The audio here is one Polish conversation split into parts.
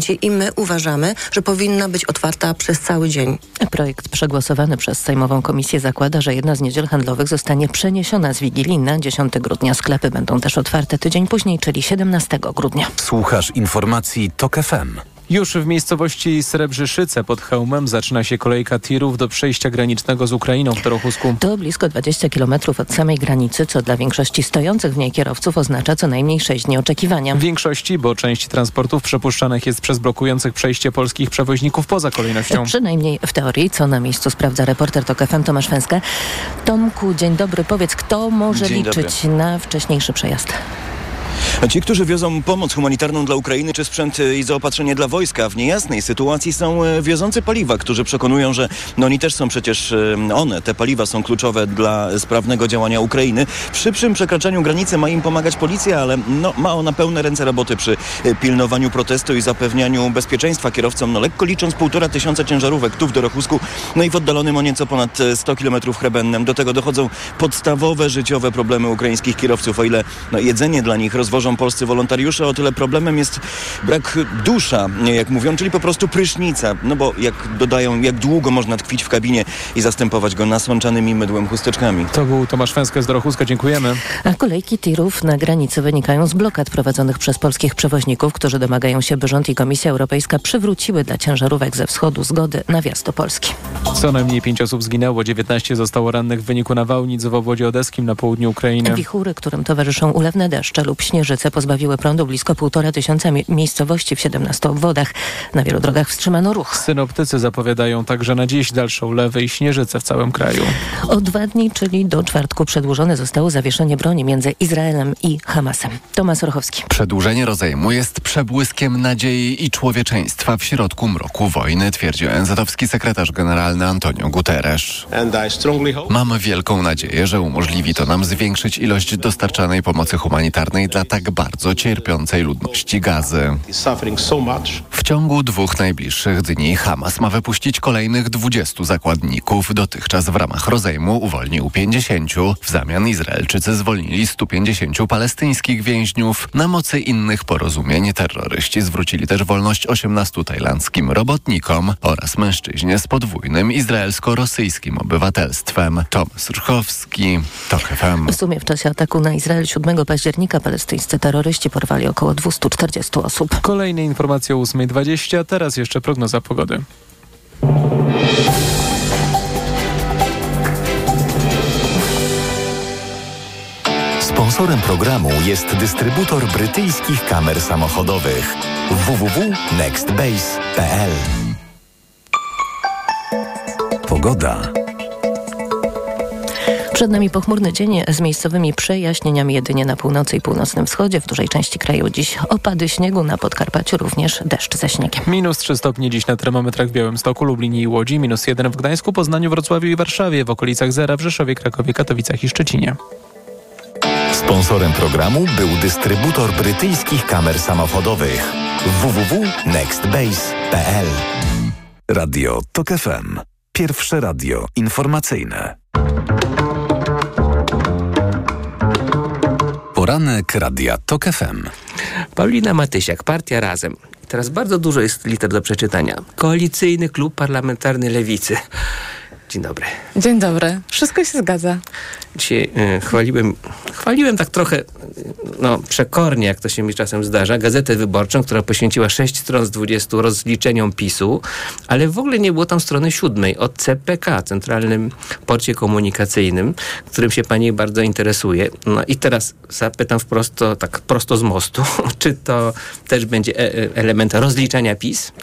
parlamencie i my uważamy, że powinna być otwarta przez cały dzień. Projekt przegłosowany przez Sejmową Komisję zakłada, że jedna z niedziel handlowych zostanie przeniesiona z Wigilii na 10 grudnia. Sklepy będą też otwarte tydzień później, czyli 17 grudnia. Słuchasz informacji TOK FM. Już w miejscowości Srebrzyszyce pod Chełmem zaczyna się kolejka tirów do przejścia granicznego z Ukrainą w Dorochusku. To blisko 20 km od samej granicy, co dla większości stojących w niej kierowców oznacza co najmniej 6 dni oczekiwania. W większości, bo część transportów przepuszczanych jest przez blokujących przejście polskich przewoźników poza kolejnością. Przynajmniej w teorii, co na miejscu sprawdza reporter TOK FM Tomasz Węska. Tomku, dzień dobry. Powiedz, kto może liczyć na wcześniejszy przejazd? Ci, którzy wiozą pomoc humanitarną dla Ukrainy czy sprzęt i zaopatrzenie dla wojska, w niejasnej sytuacji są wiozący paliwa, którzy przekonują, że oni też są przecież, te paliwa są kluczowe dla sprawnego działania Ukrainy. W szybszym przekraczaniu granicy ma im pomagać policja, ale ma ona pełne ręce roboty przy pilnowaniu protestu i zapewnianiu bezpieczeństwa kierowcom, lekko licząc 1500 ciężarówek tu w Dorochusku, i w oddalonym o nieco ponad 100 km Hrebennem. Do tego dochodzą podstawowe życiowe problemy ukraińskich kierowców. O ile jedzenie dla nich rozwożą polscy wolontariusze, o tyle problemem jest brak dusza, jak mówią, czyli po prostu prysznica. Bo jak dodają, jak długo można tkwić w kabinie i zastępować go nasłonczanymi mydłem chusteczkami. To był Tomasz Węska z Dorochuska. Dziękujemy. A kolejki tirów na granicy wynikają z blokad prowadzonych przez polskich przewoźników, którzy domagają się, by rząd i Komisja Europejska przywróciły dla ciężarówek ze wschodu zgody na wjazd do Polski. Co najmniej 5 osób zginęło, 19 zostało rannych w wyniku nawałnic w obwodzie odeskim na południu Ukrainy. Wichury, którym towarzyszą ulewne deszcze lub śnieżyce, pozbawiły prądu blisko 1500 miejscowości w 17 obwodach. Na wielu drogach wstrzymano ruch. Synoptycy zapowiadają także na dziś dalsze ulewy i śnieżyce w całym kraju. O 2 dni, czyli do czwartku, przedłużone zostało zawieszenie broni między Izraelem i Hamasem. Tomasz Orchowski. Przedłużenie rozejmu jest przebłyskiem nadziei i człowieczeństwa w środku mroku wojny, twierdzi ONZ-owski sekretarz generalny Antonio Guterres. Mamy wielką nadzieję, że umożliwi to nam zwiększyć ilość dostarczanej pomocy humanitarnej dla tak bardzo cierpiącej ludności Gazy. W ciągu 2 najbliższych dni Hamas ma wypuścić kolejnych 20 zakładników. Dotychczas w ramach rozejmu uwolnił 50. W zamian Izraelczycy zwolnili 150 palestyńskich więźniów. Na mocy innych porozumień terroryści zwrócili też wolność 18 tajlandzkim robotnikom oraz mężczyźnie z podwójnym izraelsko-rosyjskim obywatelstwem. Tomasz Ruchowski, TOK FM. W sumie w czasie ataku na Izrael 7 października palestyńscy terroryści porwali około 240 osób. Kolejne informacje o 8:20, teraz jeszcze prognoza pogody. Sponsorem programu jest dystrybutor brytyjskich kamer samochodowych www.nextbase.pl. Pogoda. Przed nami pochmurny dzień z miejscowymi przejaśnieniami jedynie na północy i północnym wschodzie. W dużej części kraju dziś opady śniegu, na Podkarpaciu również deszcz ze śniegiem. -3 stopnie dziś na termometrach w Białymstoku, Lublinie i Łodzi, -1 w Gdańsku, Poznaniu, Wrocławiu i Warszawie, w okolicach zera w Rzeszowie, Krakowie, Katowicach i Szczecinie. Sponsorem programu był dystrybutor brytyjskich kamer samochodowych www.nextbase.pl. Radio TOK FM. Pierwsze radio informacyjne. Poranek Radia TOK FM. Paulina Matysiak, Partia Razem. Teraz bardzo dużo jest liter do przeczytania. Koalicyjny Klub Parlamentarny Lewicy. Dzień dobry. Dzień dobry. Wszystko się zgadza. Dzisiaj chwaliłem tak trochę przekornie, jak to się mi czasem zdarza, Gazetę Wyborczą, która poświęciła 6 stron z 20 rozliczeniom PiS-u, ale w ogóle nie było tam strony 7 o CPK, Centralnym Porcie Komunikacyjnym, którym się pani bardzo interesuje. No i teraz zapytam tak prosto z mostu, czy to też będzie element rozliczania PiS?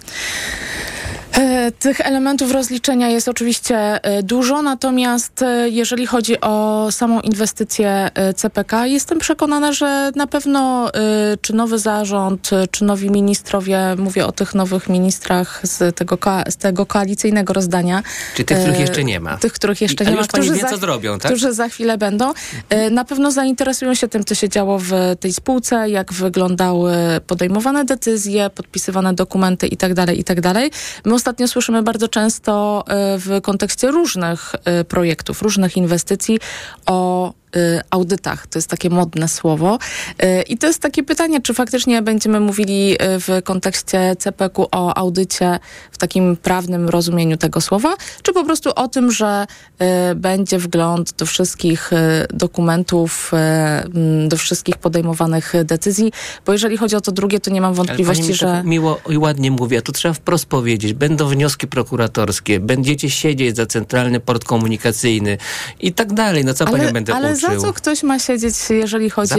Tych elementów rozliczenia jest oczywiście dużo, natomiast jeżeli chodzi o samą inwestycję CPK, jestem przekonana, że na pewno czy nowy zarząd, czy nowi ministrowie, mówię o tych nowych ministrach z tego koalicyjnego rozdania. Czy tych, których jeszcze nie ma. Tych, których jeszcze nie ma. Którzy wie, co zrobią, tak? Którzy za chwilę będą. Na pewno zainteresują się tym, co się działo w tej spółce, jak wyglądały podejmowane decyzje, podpisywane dokumenty itd., itd. My ostatnio słyszymy bardzo często w kontekście różnych projektów, różnych inwestycji o audytach. To jest takie modne słowo. I to jest takie pytanie, czy faktycznie będziemy mówili w kontekście CPK o audycie w takim prawnym rozumieniu tego słowa, czy po prostu o tym, że będzie wgląd do wszystkich dokumentów, do wszystkich podejmowanych decyzji, bo jeżeli chodzi o to drugie, to nie mam wątpliwości, że... Tak miło i ładnie mówię, a tu trzeba wprost powiedzieć, będą wnioski prokuratorskie, będziecie siedzieć za centralny port komunikacyjny i tak dalej. No co panią będę uczył? Ale za co ktoś ma siedzieć, jeżeli chodzi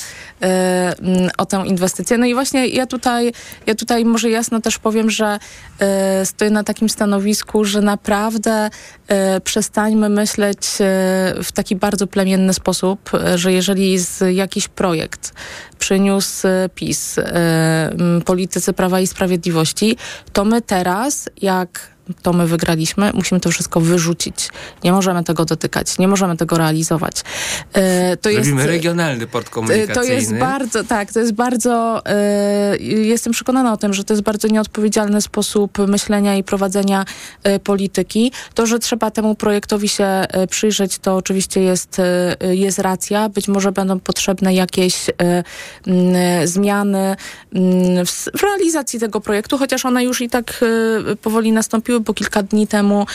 o tę inwestycję? No i właśnie ja tutaj może jasno też powiem, że stoję na takim stanowisku, że naprawdę przestańmy myśleć w taki bardzo plemienny sposób, że jeżeli jakiś projekt przyniósł PiS, politycy Prawa i Sprawiedliwości, to my teraz, jak to my wygraliśmy, musimy to wszystko wyrzucić. Nie możemy tego dotykać, nie możemy tego realizować. Robimy regionalny port komunikacyjny. To jest bardzo, jestem przekonana o tym, że to jest bardzo nieodpowiedzialny sposób myślenia i prowadzenia polityki. To, że trzeba temu projektowi się przyjrzeć, to oczywiście jest racja. Być może będą potrzebne jakieś zmiany w realizacji tego projektu, chociaż one już i tak powoli nastąpiły, bo kilka dni temu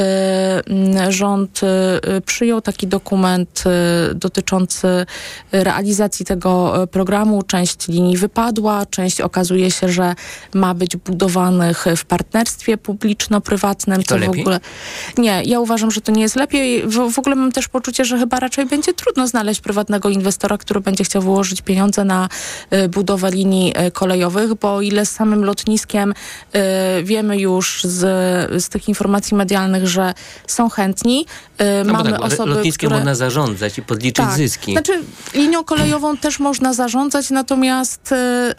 rząd przyjął taki dokument dotyczący realizacji tego programu. Część linii wypadła, część okazuje się, że ma być budowanych w partnerstwie publiczno-prywatnym. To lepiej? W ogóle... Nie, ja uważam, że to nie jest lepiej. W ogóle mam też poczucie, że chyba raczej będzie trudno znaleźć prywatnego inwestora, który będzie chciał wyłożyć pieniądze na budowę linii kolejowych, bo o ile z samym lotniskiem wiemy już z tych informacji medialnych, że są chętni. Mamy osoby, lotniskiem można zarządzać i podliczyć zyski. Znaczy, linią kolejową też można zarządzać, natomiast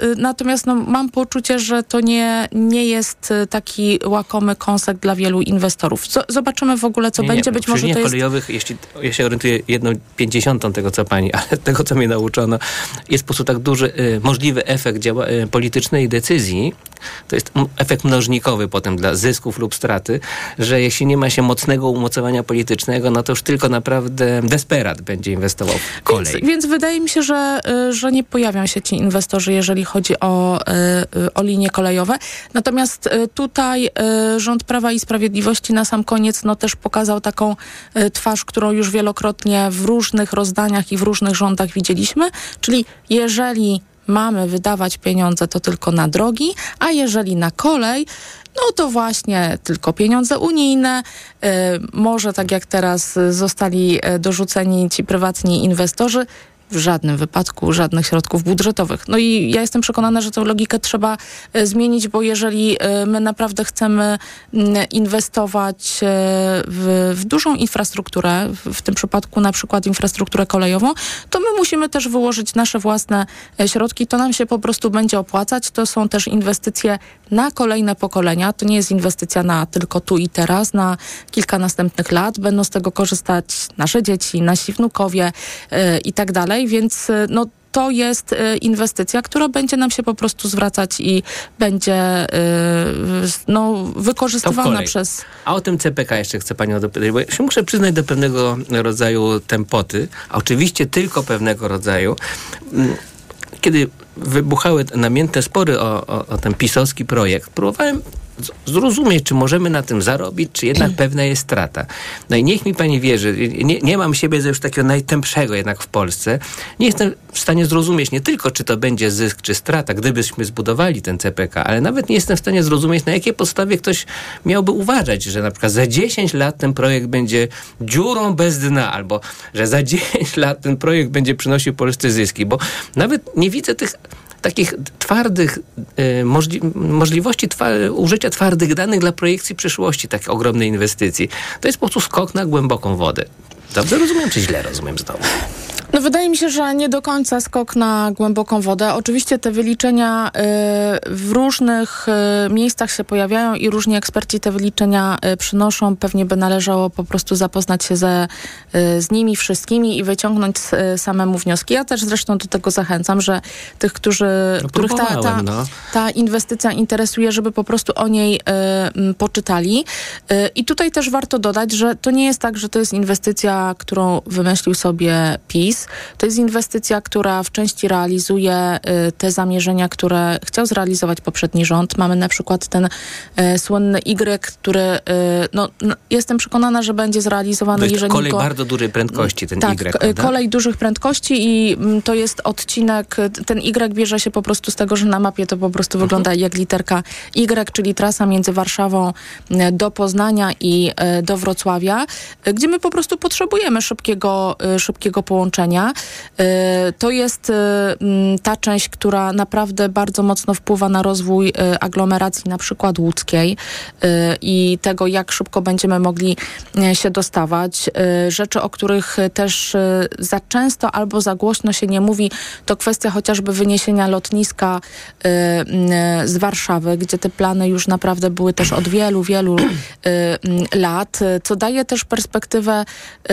mam poczucie, że to nie jest taki łakomy kąsek dla wielu inwestorów. Zobaczymy w ogóle, co będzie. Być może to jest... kolejowych, jeśli ja się orientuję 1/50 tego, co pani, ale tego, co mnie nauczono, jest po prostu tak duży możliwy efekt politycznej decyzji, to jest efekt mnożnikowy potem dla zysków lub straty, że jeśli nie ma się mocnego umocowania politycznego, no to już tylko naprawdę desperat będzie inwestował w kolej. Więc wydaje mi się, że nie pojawią się ci inwestorzy, jeżeli chodzi o linie kolejowe. Natomiast tutaj rząd Prawa i Sprawiedliwości na sam koniec też pokazał taką twarz, którą już wielokrotnie w różnych rozdaniach i w różnych rządach widzieliśmy, czyli jeżeli mamy wydawać pieniądze, to tylko na drogi, a jeżeli na kolej, no to właśnie tylko pieniądze unijne. Może tak jak teraz zostali dorzuceni ci prywatni inwestorzy, w żadnym wypadku żadnych środków budżetowych. No i ja jestem przekonana, że tę logikę trzeba zmienić, bo jeżeli my naprawdę chcemy inwestować w dużą infrastrukturę, w tym przypadku na przykład infrastrukturę kolejową, to my musimy też wyłożyć nasze własne środki. To nam się po prostu będzie opłacać. To są też inwestycje na kolejne pokolenia. To nie jest inwestycja na tylko tu i teraz, na kilka następnych lat. Będą z tego korzystać nasze dzieci, nasi wnukowie i tak dalej. Więc to jest inwestycja, która będzie nam się po prostu zwracać i będzie wykorzystywana przez... A o tym CPK jeszcze chcę panią dopytać, bo ja się muszę przyznać do pewnego rodzaju tempoty, a oczywiście tylko pewnego rodzaju. Kiedy wybuchały namiętne spory o ten pisowski projekt, próbowałem zrozumieć, czy możemy na tym zarobić, czy jednak pewna jest strata. No i niech mi pani wierzy, nie mam siebie za już takiego najtępszego jednak w Polsce. Nie jestem w stanie zrozumieć nie tylko, czy to będzie zysk, czy strata, gdybyśmy zbudowali ten CPK, ale nawet nie jestem w stanie zrozumieć, na jakiej podstawie ktoś miałby uważać, że na przykład za 10 lat ten projekt będzie dziurą bez dna, albo że za 10 lat ten projekt będzie przynosił Polsce zyski, bo nawet nie widzę tych takich twardych możliwości użycia twardych danych dla projekcji przyszłości takiej ogromnej inwestycji. To jest po prostu skok na głęboką wodę. Dobrze rozumiem, czy źle rozumiem znowu? No wydaje mi się, że nie do końca skok na głęboką wodę. Oczywiście te wyliczenia w różnych miejscach się pojawiają i różni eksperci te wyliczenia przynoszą. Pewnie by należało po prostu zapoznać się z nimi wszystkimi i wyciągnąć samemu wnioski. Ja też zresztą do tego zachęcam, że tych, których ta inwestycja interesuje, żeby po prostu o niej poczytali. I tutaj też warto dodać, że to nie jest tak, że to jest inwestycja, którą wymyślił sobie PiS. To jest inwestycja, która w części realizuje te zamierzenia, które chciał zrealizować poprzedni rząd. Mamy na przykład ten słynny Y, który jestem przekonana, że będzie zrealizowany. To jest kolej bardzo dużej prędkości, ten tak, Y, prawda? Kolej dużych prędkości i to jest odcinek, ten Y bierze się po prostu z tego, że na mapie to po prostu wygląda jak literka Y, czyli trasa między Warszawą do Poznania i do Wrocławia, gdzie my po prostu potrzebujemy szybkiego połączenia. To jest ta część, która naprawdę bardzo mocno wpływa na rozwój aglomeracji, na przykład łódzkiej i tego, jak szybko będziemy mogli się dostawać. Rzeczy, o których też za często albo za głośno się nie mówi, to kwestia chociażby wyniesienia lotniska z Warszawy, gdzie te plany już naprawdę były też od wielu lat, co daje też perspektywę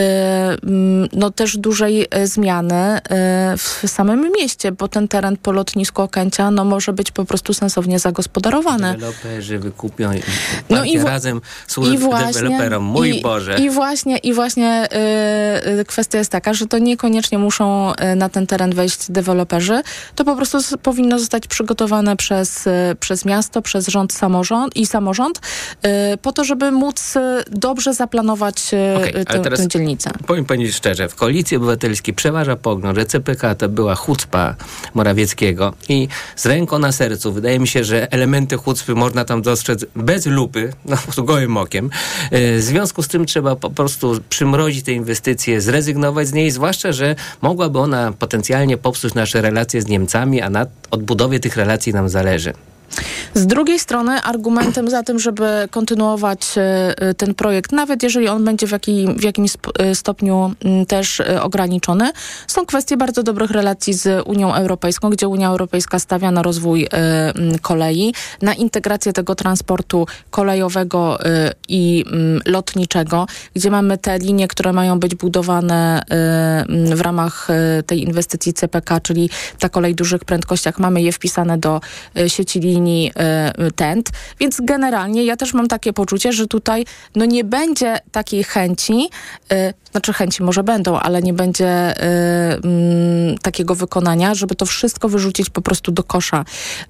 też dużej zmiany w samym mieście, bo ten teren po lotnisku Okęcia może być po prostu sensownie zagospodarowany. Deweloperzy wykupią razem z deweloperom. Mój Boże. I właśnie kwestia jest taka, że to niekoniecznie muszą na ten teren wejść deweloperzy. To po prostu powinno zostać przygotowane przez miasto, przez rząd, samorząd po to, żeby móc dobrze zaplanować tę dzielnicę. Powiem pani szczerze, w Koalicji Obywatelskiej przeważa pogląd, że CPK to była chucpa Morawieckiego i z ręką na sercu wydaje mi się, że elementy chucpy można tam dostrzec bez lupy, po prostu gołym okiem. W związku z tym trzeba po prostu przymrozić te inwestycje, zrezygnować z niej, zwłaszcza, że mogłaby ona potencjalnie popsuć nasze relacje z Niemcami, a na odbudowie tych relacji nam zależy. Z drugiej strony argumentem za tym, żeby kontynuować ten projekt, nawet jeżeli on będzie w jakimś stopniu też ograniczony, są kwestie bardzo dobrych relacji z Unią Europejską, gdzie Unia Europejska stawia na rozwój kolei, na integrację tego transportu kolejowego i lotniczego, gdzie mamy te linie, które mają być budowane w ramach tej inwestycji CPK, czyli ta kolej dużych prędkościach, mamy je wpisane do sieci linii TENT, więc generalnie ja też mam takie poczucie, że tutaj nie będzie takiej chęci, chęci może będą, ale nie będzie takiego wykonania, żeby to wszystko wyrzucić po prostu do kosza.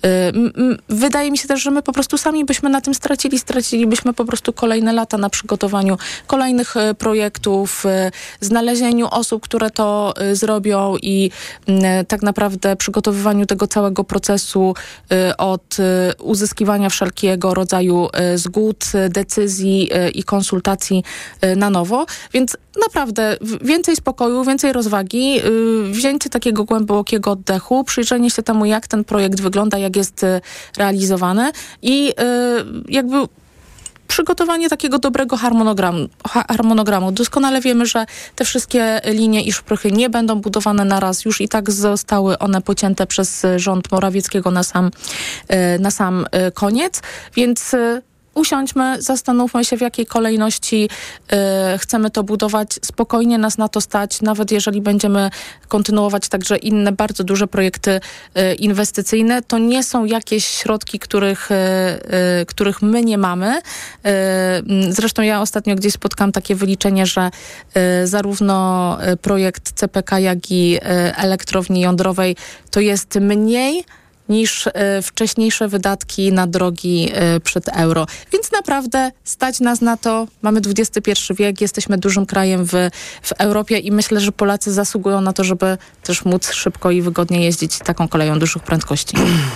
Wydaje mi się też, że my po prostu sami byśmy na tym stracilibyśmy po prostu kolejne lata na przygotowaniu kolejnych projektów, znalezieniu osób, które to zrobią i tak naprawdę przygotowywaniu tego całego procesu od uzyskiwania wszelkiego rodzaju zgód, decyzji i konsultacji na nowo, więc naprawdę więcej spokoju, więcej rozwagi, wzięcie takiego głębokiego oddechu, przyjrzenie się temu, jak ten projekt wygląda, jak jest realizowany i jakby przygotowanie takiego dobrego harmonogramu. Doskonale wiemy, że te wszystkie linie i szprychy nie będą budowane na raz. Już i tak zostały one pocięte przez rząd Morawieckiego na sam koniec, więc usiądźmy, zastanówmy się, w jakiej kolejności chcemy to budować. Spokojnie nas na to stać, nawet jeżeli będziemy kontynuować także inne bardzo duże projekty inwestycyjne. To nie są jakieś środki, których my nie mamy. Zresztą ja ostatnio gdzieś spotkałam takie wyliczenie, że zarówno projekt CPK, jak i elektrowni jądrowej to jest mniej niż wcześniejsze wydatki na drogi przed euro. Więc naprawdę stać nas na to. Mamy XXI wiek, jesteśmy dużym krajem w Europie i myślę, że Polacy zasługują na to, żeby też móc szybko i wygodnie jeździć taką koleją dużych prędkości.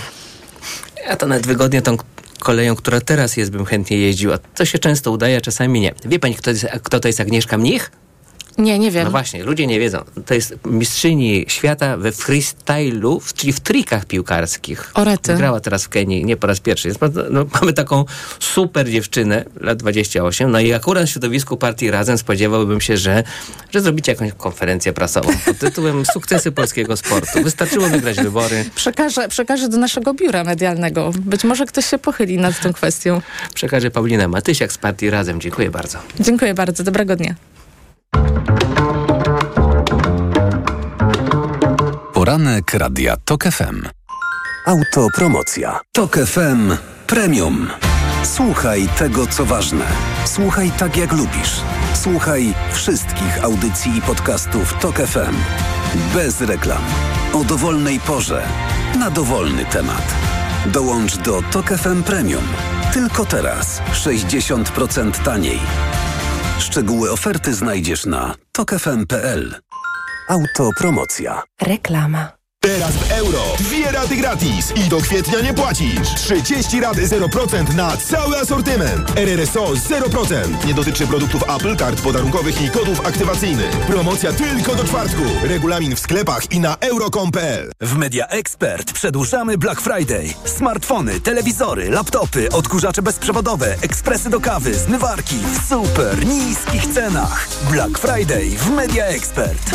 Ja to nawet wygodnie tą koleją, która teraz jest, bym chętnie jeździł, a to się często udaje, a czasami nie. Wie pani, kto to jest Agnieszka Mnich? Nie wiem. No właśnie, ludzie nie wiedzą. To jest mistrzyni świata we freestylu, czyli w trikach piłkarskich. Orety. Grała teraz w Kenii, nie po raz pierwszy. Jest, no, mamy taką super dziewczynę, lat 28, no i akurat w środowisku partii Razem spodziewałbym się, że zrobicie jakąś konferencję prasową pod tytułem Sukcesy polskiego sportu. Wystarczyło wygrać wybory. Przekażę do naszego biura medialnego. Być może ktoś się pochyli nad tą kwestią. Przekaże Paulina Matysiak z partii Razem. Dziękuję bardzo. Dziękuję bardzo. Dobrego dnia. Poranek Radia TOK FM. Autopromocja. TOK FM Premium. Słuchaj tego, co ważne. Słuchaj tak, jak lubisz. Słuchaj wszystkich audycji i podcastów TOK FM. Bez reklam. O dowolnej porze. Na dowolny temat. Dołącz do TOK FM Premium. Tylko teraz 60% taniej. Szczegóły oferty znajdziesz na tokfm.pl. Autopromocja. Reklama. Teraz w euro 2 raty gratis i do kwietnia nie płacisz. 30 rat 0% na cały asortyment. RRSO 0%. Nie dotyczy produktów Apple, kart podarunkowych i kodów aktywacyjnych. Promocja tylko do czwartku. Regulamin w sklepach i na euro.com.pl. W Media Expert przedłużamy Black Friday. Smartfony, telewizory, laptopy, odkurzacze bezprzewodowe, ekspresy do kawy, zmywarki w super niskich cenach. Black Friday w Media Expert.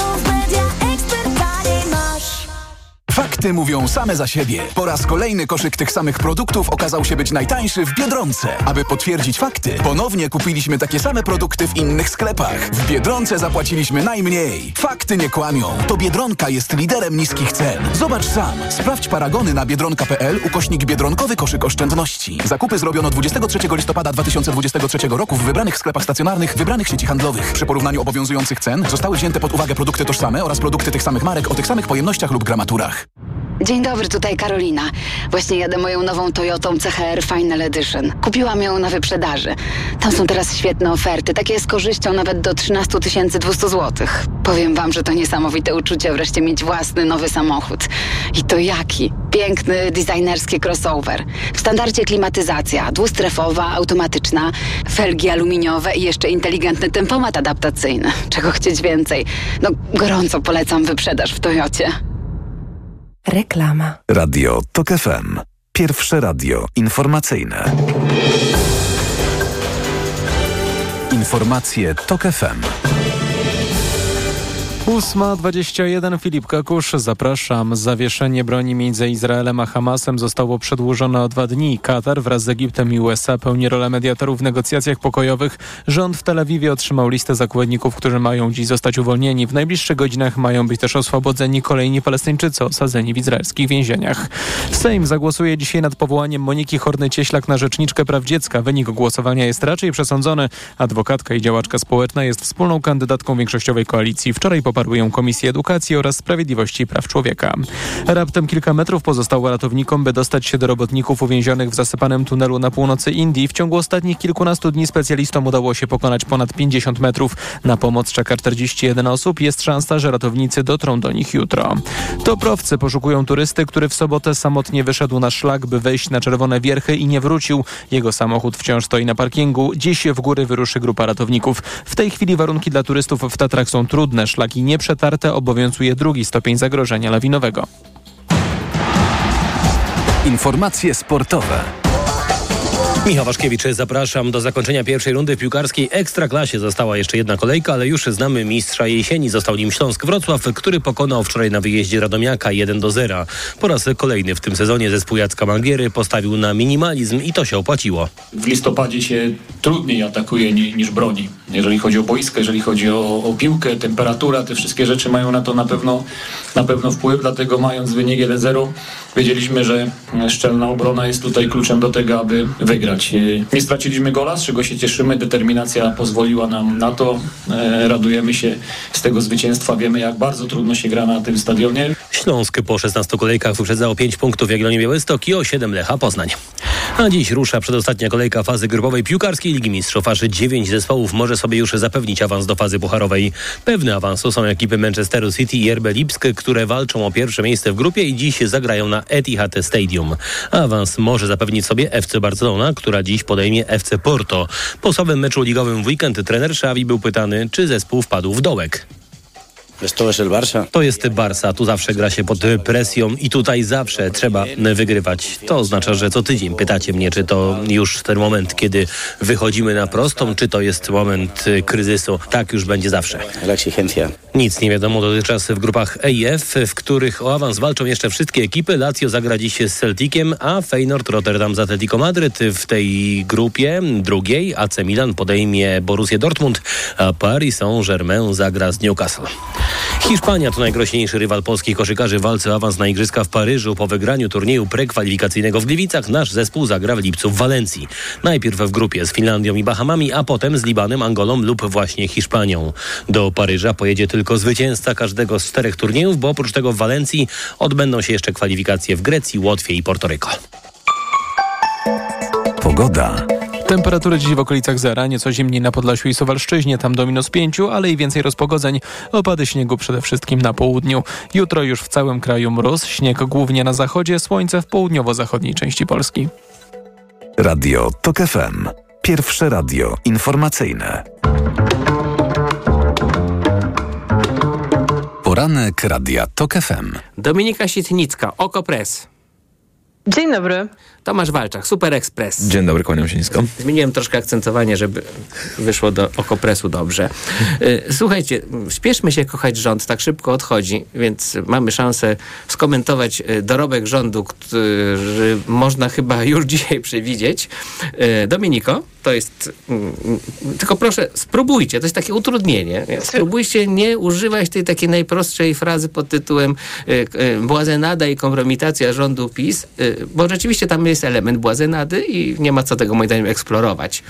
Fakty mówią same za siebie. Po raz kolejny koszyk tych samych produktów okazał się być najtańszy w Biedronce. Aby potwierdzić fakty, ponownie kupiliśmy takie same produkty w innych sklepach. W Biedronce zapłaciliśmy najmniej. Fakty nie kłamią. To Biedronka jest liderem niskich cen. Zobacz sam. Sprawdź paragony na biedronka.pl /biedronkowy koszyk oszczędności. Zakupy zrobiono 23 listopada 2023 roku w wybranych sklepach stacjonarnych, wybranych sieci handlowych. Przy porównaniu obowiązujących cen zostały wzięte pod uwagę produkty tożsame oraz produkty tych samych marek o tych samych pojemnościach lub gramaturach. Dzień dobry, tutaj Karolina. Właśnie jadę moją nową Toyotą CHR Final Edition. Kupiłam ją na wyprzedaży. Tam są teraz świetne oferty, takie z korzyścią nawet do 13 200 zł. Powiem wam, że to niesamowite uczucie wreszcie mieć własny nowy samochód. I to jaki? Piękny, designerski crossover. W standardzie klimatyzacja, dwustrefowa, automatyczna, felgi aluminiowe i jeszcze inteligentny tempomat adaptacyjny. Czego chcieć więcej? No, gorąco polecam wyprzedaż w Toyocie. Reklama. Radio TOK FM. Pierwsze radio informacyjne. Informacje TOK FM. 8:21. Filip Kakusz, zapraszam. Zawieszenie broni między Izraelem a Hamasem zostało przedłużone o 2 dni. Katar wraz z Egiptem i USA pełni rolę mediatorów w negocjacjach pokojowych. Rząd w Tel Awiwie otrzymał listę zakładników, którzy mają dziś zostać uwolnieni. W najbliższych godzinach mają być też oswobodzeni kolejni Palestyńczycy osadzeni w izraelskich więzieniach. Sejm zagłosuje dzisiaj nad powołaniem Moniki Horny-Cieślak na rzeczniczkę praw dziecka. Wynik głosowania jest raczej przesądzony. Adwokatka i działaczka społeczna jest wspólną kandydatką większościowej koalicji. Wczoraj poparły ją Komisji Edukacji oraz Sprawiedliwości i Praw Człowieka. Raptem kilka metrów pozostało ratownikom, by dostać się do robotników uwięzionych w zasypanym tunelu na północy Indii. W ciągu ostatnich kilkunastu dni specjalistom udało się pokonać ponad 50 metrów. Na pomoc czeka 41 osób. Jest szansa, że ratownicy dotrą do nich jutro. Toprowcy poszukują turysty, który w sobotę samotnie wyszedł na szlak, by wejść na Czerwone Wierchy i nie wrócił. Jego samochód wciąż stoi na parkingu. Dziś w góry wyruszy grupa ratowników. W tej chwili warunki dla turystów w Tatrach są trudne. Szlaki nieprzetarte, obowiązuje 2. stopień zagrożenia lawinowego. Informacje sportowe. Michał Waszkiewicz, zapraszam do zakończenia pierwszej rundy w piłkarskiej Ekstraklasie. Została jeszcze jedna kolejka, ale już znamy mistrza jesieni. Został nim Śląsk Wrocław, który pokonał wczoraj na wyjeździe Radomiaka 1-0. Po raz kolejny w tym sezonie zespół Jacka Mangiery postawił na minimalizm i to się opłaciło. W listopadzie się trudniej atakuje niż broni. Jeżeli chodzi o boisko, jeżeli chodzi o piłkę, temperatura, te wszystkie rzeczy mają na to na pewno wpływ, dlatego mając wynik 1-0 wiedzieliśmy, że szczelna obrona jest tutaj kluczem do tego, aby wygrać. Nie straciliśmy gola, z czego się cieszymy. Determinacja pozwoliła nam na to. Radujemy się z tego zwycięstwa. Wiemy, jak bardzo trudno się gra na tym stadionie. Śląsk po 16 kolejkach wyprzedza o 5 punktów Jagiellonię Białystok i o 7 Lecha Poznań. A dziś rusza przedostatnia kolejka fazy grupowej piłkarskiej Ligi Mistrzów. Aż 9 zespołów może sobie już zapewnić awans do fazy pucharowej. Pewne awansu są ekipy Manchesteru City i RB Lipsk, które walczą o pierwsze miejsce w grupie i dziś zagrają na Etihad Stadium. Awans może zapewnić sobie FC Barcelona, która dziś podejmie FC Porto. Po słabym meczu ligowym w weekend trener Xavi był pytany, czy zespół wpadł w dołek. To jest Barça, tu zawsze gra się pod presją i tutaj zawsze trzeba wygrywać. To oznacza, że co tydzień pytacie mnie, czy to już ten moment, kiedy wychodzimy na prostą, czy to jest moment kryzysu. Tak już będzie zawsze. Nic nie wiadomo dotychczas w grupach EIF, w których o awans walczą jeszcze wszystkie ekipy. Lazio zagra dziś z Celticiem, a Feyenoord Rotterdam z Atletico Madryt. W tej grupie drugiej AC Milan podejmie Borussię Dortmund, a Paris Saint-Germain zagra z Newcastle. Hiszpania to najgroźniejszy rywal polskich koszykarzy w walce o awans na Igrzyska w Paryżu. Po wygraniu turnieju prekwalifikacyjnego w Gliwicach nasz zespół zagra w lipcu w Walencji. Najpierw w grupie z Finlandią i Bahamami, a potem z Libanem, Angolą lub właśnie Hiszpanią. Do Paryża pojedzie tylko zwycięzca każdego z 4 turniejów, bo oprócz tego w Walencji odbędą się jeszcze kwalifikacje w Grecji, Łotwie i Portoryko. Pogoda. Temperatury dziś w okolicach zera, nieco zimniej na Podlasiu i Suwalszczyźnie, tam do -5, ale i więcej rozpogodzeń. Opady śniegu przede wszystkim na południu. Jutro już w całym kraju mróz, śnieg głównie na zachodzie, słońce w południowo-zachodniej części Polski. Radio TOK FM. Pierwsze radio informacyjne. Poranek Radia TOK FM. Dominika Sitnicka, OKO.press. Dzień dobry. Tomasz Walczak, Super Express. Dzień dobry, kłaniam się nisko. Zmieniłem troszkę akcentowanie, żeby wyszło do OKO.pressu dobrze. Słuchajcie, spieszmy się kochać rząd, tak szybko odchodzi, więc mamy szansę skomentować dorobek rządu, który można chyba już dzisiaj przewidzieć. Dominiko, to jest... Tylko proszę, spróbujcie, to jest takie utrudnienie. Spróbujcie nie używać tej takiej najprostszej frazy pod tytułem błazenada i kompromitacja rządu PiS, bo rzeczywiście tam jest element błazenady i nie ma co tego moim zdaniem eksplorować.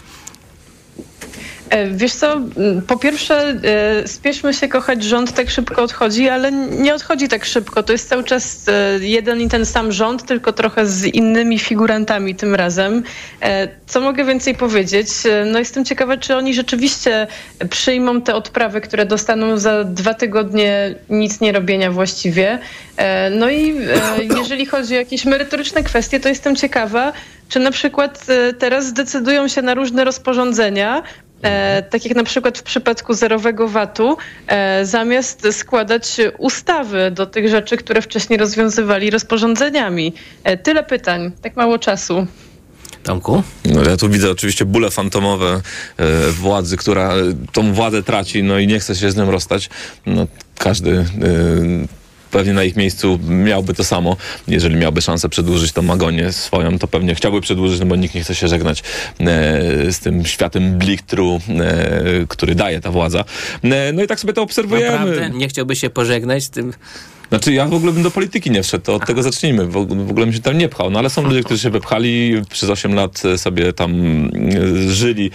Wiesz co, po pierwsze spieszmy się kochać, rząd tak szybko odchodzi, ale nie odchodzi tak szybko. To jest cały czas jeden i ten sam rząd, tylko trochę z innymi figurantami tym razem. Co mogę więcej powiedzieć? No jestem ciekawa, czy oni rzeczywiście przyjmą te odprawy, które dostaną za 2 tygodnie nic nie robienia właściwie. No i jeżeli chodzi o jakieś merytoryczne kwestie, to jestem ciekawa, czy na przykład teraz zdecydują się na różne rozporządzenia, tak jak na przykład w przypadku zerowego VAT-u, zamiast składać ustawy do tych rzeczy, które wcześniej rozwiązywali rozporządzeniami. Tyle pytań, tak mało czasu. Tomku? No, ja tu widzę oczywiście bóle fantomowe władzy, która tą władzę traci, no i nie chce się z nią rozstać. No, każdy... Pewnie na ich miejscu miałby to samo. Jeżeli miałby szansę przedłużyć tą agonię swoją, to pewnie chciałby przedłużyć, no bo nikt nie chce się żegnać z tym światem blichtru, który daje ta władza. No i tak sobie to obserwujemy. Naprawdę? Nie chciałby się pożegnać z tym... Znaczy ja w ogóle bym do polityki nie wszedł, to od tego zacznijmy. W ogóle bym się tam nie pchał. No ale są ludzie, którzy się wypchali, przez 8 lat sobie tam żyli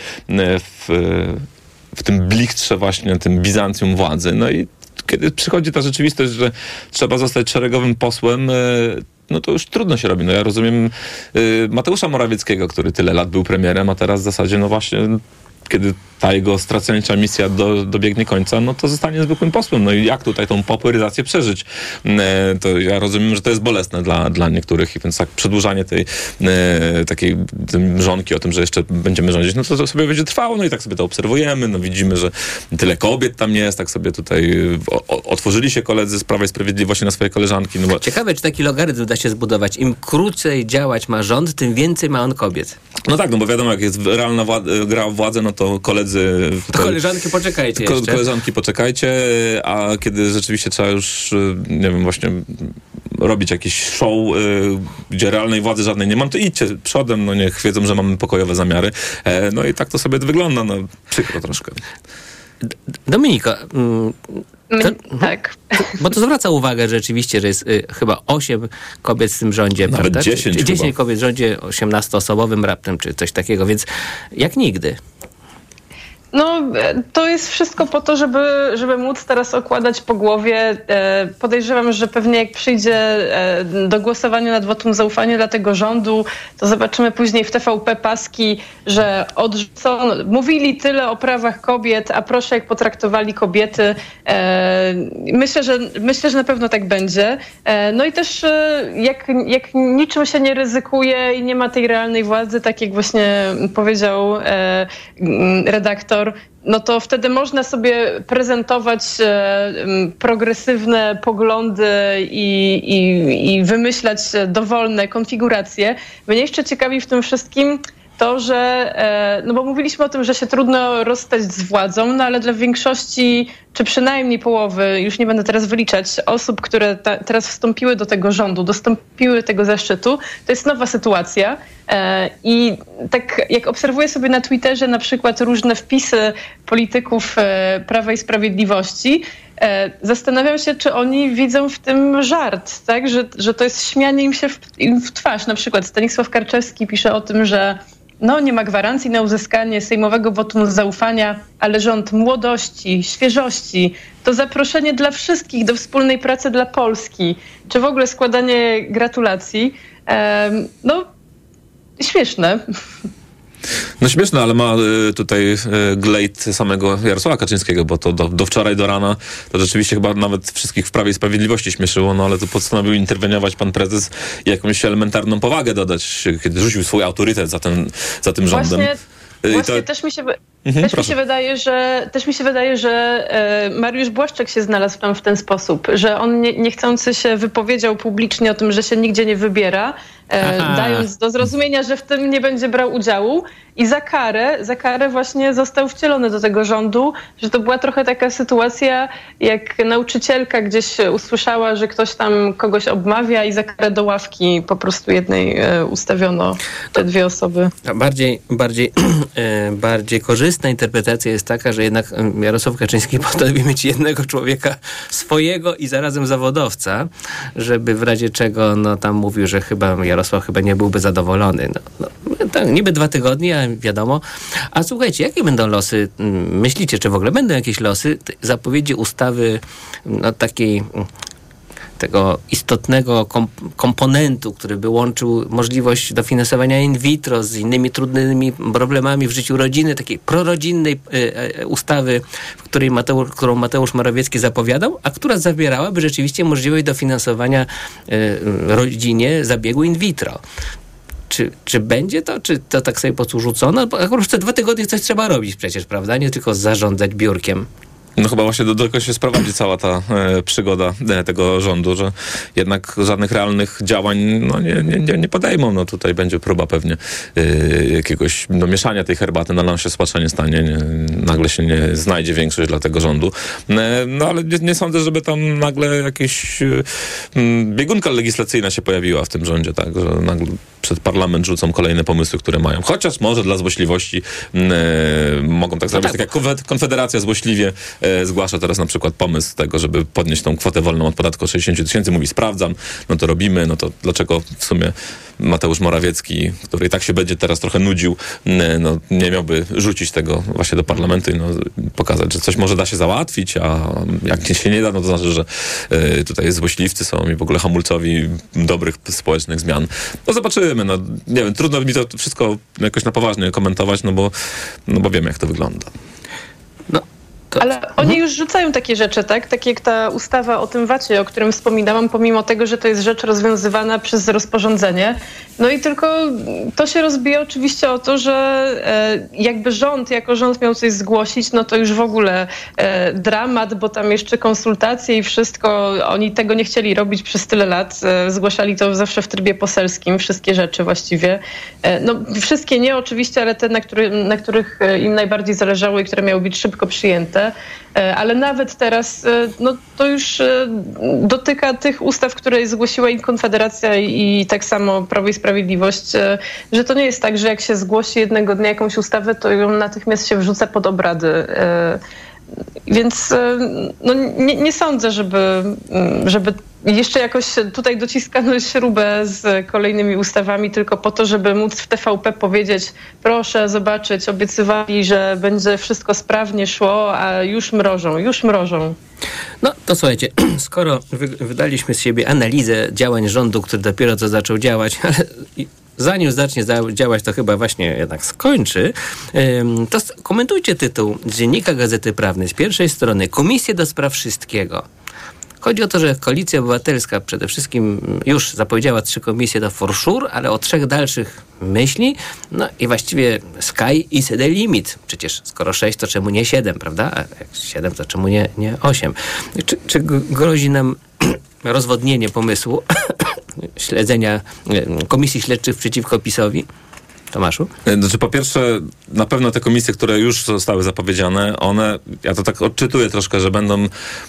w tym blichtrze właśnie, tym Bizancjum władzy. No i kiedy przychodzi ta rzeczywistość, że trzeba zostać szeregowym posłem, no to już trudno się robi. No ja rozumiem Mateusza Morawieckiego, który tyle lat był premierem, a teraz w zasadzie no właśnie kiedy ta jego stracenicza misja dobiegnie końca, no to zostanie zwykłym posłem. No i jak tutaj tą popularyzację przeżyć? To ja rozumiem, że to jest bolesne dla niektórych, i więc tak przedłużanie tej takiej mrzonki o tym, że jeszcze będziemy rządzić, no to sobie będzie trwało, no i tak sobie to obserwujemy, no widzimy, że tyle kobiet tam nie jest, tak sobie tutaj otworzyli się koledzy z Prawa i Sprawiedliwości na swoje koleżanki. No bo... Ciekawe, czy taki logarytm da się zbudować. Im krócej działać ma rząd, tym więcej ma on kobiet. No tak, no bo wiadomo, jak jest realna gra o władzę, no to koledzy... To koleżanki poczekajcie jeszcze. Koleżanki poczekajcie, a kiedy rzeczywiście trzeba już, nie wiem, właśnie robić jakiś show, gdzie realnej władzy żadnej nie mam, to idźcie przodem, no niech wiedzą, że mamy pokojowe zamiary. No i tak to sobie wygląda, no przykro troszkę. Dominika, tak. Bo to zwraca uwagę rzeczywiście, że jest chyba 8 kobiet w tym rządzie. Nawet prawda? 10 kobiet w rządzie 18-osobowym raptem, czy coś takiego, więc jak nigdy. No, to jest wszystko po to, żeby móc teraz okładać po głowie. Podejrzewam, że pewnie jak przyjdzie do głosowania nad wotum zaufania dla tego rządu, to zobaczymy później w TVP paski, że odrzucono. Mówili tyle o prawach kobiet, a proszę jak potraktowali kobiety. Myślę, że na pewno tak będzie. No i też jak niczym się nie ryzykuje i nie ma tej realnej władzy, tak jak właśnie powiedział redaktor, no to wtedy można sobie prezentować progresywne poglądy i wymyślać dowolne konfiguracje. Mnie jeszcze ciekawi w tym wszystkim to, że, no bo mówiliśmy o tym, że się trudno rozstać z władzą, no ale dla większości, czy przynajmniej połowy, już nie będę teraz wyliczać, osób, które teraz wstąpiły do tego rządu, dostąpiły tego zaszczytu, to jest nowa sytuacja. I tak jak obserwuję sobie na Twitterze na przykład różne wpisy polityków Prawa i Sprawiedliwości, zastanawiam się, czy oni widzą w tym żart, tak? Że to jest śmianie im się w twarz. Na przykład Stanisław Karczewski pisze o tym, że no, nie ma gwarancji na uzyskanie sejmowego wotum zaufania, ale rząd młodości, świeżości to zaproszenie dla wszystkich do wspólnej pracy dla Polski, czy w ogóle składanie gratulacji. No, śmieszne. No śmieszne, ale ma tutaj glejt samego Jarosława Kaczyńskiego, bo to do wczoraj, do rana, to rzeczywiście chyba nawet wszystkich w Prawie i Sprawiedliwości śmieszyło, no ale tu postanowił interweniować pan prezes i jakąś elementarną powagę dodać, kiedy rzucił swój autorytet za tym rządem. Właśnie też mi się wydaje, że Mariusz Błaszczak się znalazł tam w ten sposób, że on niechcący się wypowiedział publicznie o tym, że się nigdzie nie wybiera, dając do zrozumienia, że w tym nie będzie brał udziału i za karę właśnie został wcielony do tego rządu, że to była trochę taka sytuacja, jak nauczycielka gdzieś usłyszała, że ktoś tam kogoś obmawia i za karę do ławki po prostu jednej ustawiono te dwie osoby. Bardziej korzystna interpretacja jest taka, że jednak Jarosław Kaczyński postanowił mieć jednego człowieka swojego i zarazem zawodowca, żeby w razie czego no tam mówił, że Jarosław nie byłby zadowolony. Tak, niby 2 tygodnie, a wiadomo. A słuchajcie, jakie będą losy? Myślicie, czy w ogóle będą jakieś losy zapowiedzi ustawy takiej tego istotnego komponentu, który by łączył możliwość dofinansowania in vitro z innymi trudnymi problemami w życiu rodziny, takiej prorodzinnej ustawy, którą Mateusz Morawiecki zapowiadał, a która zawierałaby rzeczywiście możliwość dofinansowania rodzinie zabiegu in vitro. Czy będzie to? Czy to tak sobie porzucono? Bo akurat te 2 tygodnie coś trzeba robić przecież, prawda? Nie tylko zarządzać biurkiem. No chyba właśnie do tego się sprowadzi cała ta przygoda tego rządu, że jednak żadnych realnych działań nie podejmą. No tutaj będzie próba pewnie jakiegoś mieszania tej herbaty, nam się spaczenie stanie, nagle się nie znajdzie większość dla tego rządu. No ale nie sądzę, żeby tam nagle jakaś biegunka legislacyjna się pojawiła w tym rządzie, tak, że nagle przed parlament rzucą kolejne pomysły, które mają. Chociaż może dla złośliwości mogą tak zrobić, tak jak Konfederacja złośliwie zgłasza teraz na przykład pomysł tego, żeby podnieść tą kwotę wolną od podatku o 60 000, mówi sprawdzam, no to robimy, no to dlaczego w sumie Mateusz Morawiecki, który i tak się będzie teraz trochę nudził, no nie miałby rzucić tego właśnie do parlamentu i pokazać, że coś może da się załatwić, a jak się nie da, no to znaczy, że tutaj złośliwcy są i w ogóle hamulcowi dobrych społecznych zmian. No zobaczymy, no nie wiem, trudno mi to wszystko jakoś na poważnie komentować, no bo wiem, jak to wygląda. Ale oni już rzucają takie rzeczy, tak? Tak jak ta ustawa o tym VAT-ie, o którym wspominałam, pomimo tego, że to jest rzecz rozwiązywana przez rozporządzenie. No i tylko to się rozbija oczywiście o to, że jakby rząd jako rząd miał coś zgłosić, no to już w ogóle dramat, bo tam jeszcze konsultacje i wszystko. Oni tego nie chcieli robić przez tyle lat. Zgłaszali to zawsze w trybie poselskim, wszystkie rzeczy właściwie. No wszystkie nie oczywiście, ale te, na których im najbardziej zależało i które miały być szybko przyjęte. Ale nawet teraz no, to już dotyka tych ustaw, które zgłosiła im Konfederacja i tak samo Prawo i Sprawiedliwość, że to nie jest tak, że jak się zgłosi jednego dnia jakąś ustawę, to ją natychmiast się wrzuca pod obrady. Więc no, nie sądzę, żeby jeszcze jakoś tutaj dociskano śrubę z kolejnymi ustawami tylko po to, żeby móc w TVP powiedzieć, proszę zobaczyć, obiecywali, że będzie wszystko sprawnie szło, a już mrożą. No to słuchajcie, skoro wydaliśmy z siebie analizę działań rządu, który dopiero co zaczął działać, ale zanim zacznie działać, to chyba właśnie jednak skończy, to komentujcie tytuł z Dziennika Gazety Prawnej z pierwszej strony. Komisje do spraw wszystkiego. Chodzi o to, że Koalicja Obywatelska przede wszystkim już zapowiedziała 3 komisje do for sure, ale o 3 dalszych myśli. No i właściwie sky is the limit. Przecież skoro 6, to czemu nie 7, prawda? A jak 7, to czemu nie 8? Czy grozi nam rozwodnienie pomysłu śledzenia komisji śledczych przeciwko PiS-owi? Tomaszu? Znaczy, po pierwsze, na pewno te komisje, które już zostały zapowiedziane, ja to tak odczytuję troszkę, że będą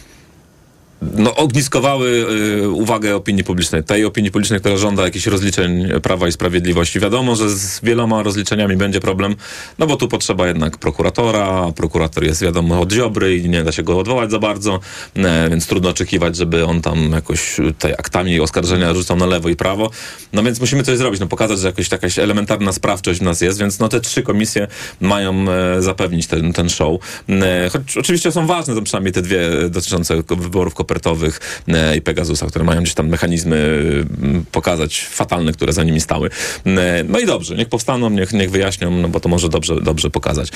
ogniskowały uwagę opinii publicznej. Tej opinii publicznej, która żąda jakichś rozliczeń Prawa i Sprawiedliwości. Wiadomo, że z wieloma rozliczeniami będzie problem, no bo tu potrzeba jednak prokuratora. Prokurator jest, wiadomo, od Ziobry i nie da się go odwołać za bardzo, więc trudno oczekiwać, żeby on tam jakoś tutaj aktami oskarżenia rzucał na lewo i prawo. No więc musimy coś zrobić, pokazać, że jakaś elementarna sprawczość w nas jest, więc te 3 komisje mają zapewnić ten show. Choć oczywiście są ważne, to przynajmniej te 2 dotyczące wyborów kopertowych i Pegasusa, które mają gdzieś tam mechanizmy pokazać fatalne, które za nimi stały. No i dobrze, niech powstaną, niech wyjaśnią, no bo to może dobrze pokazać.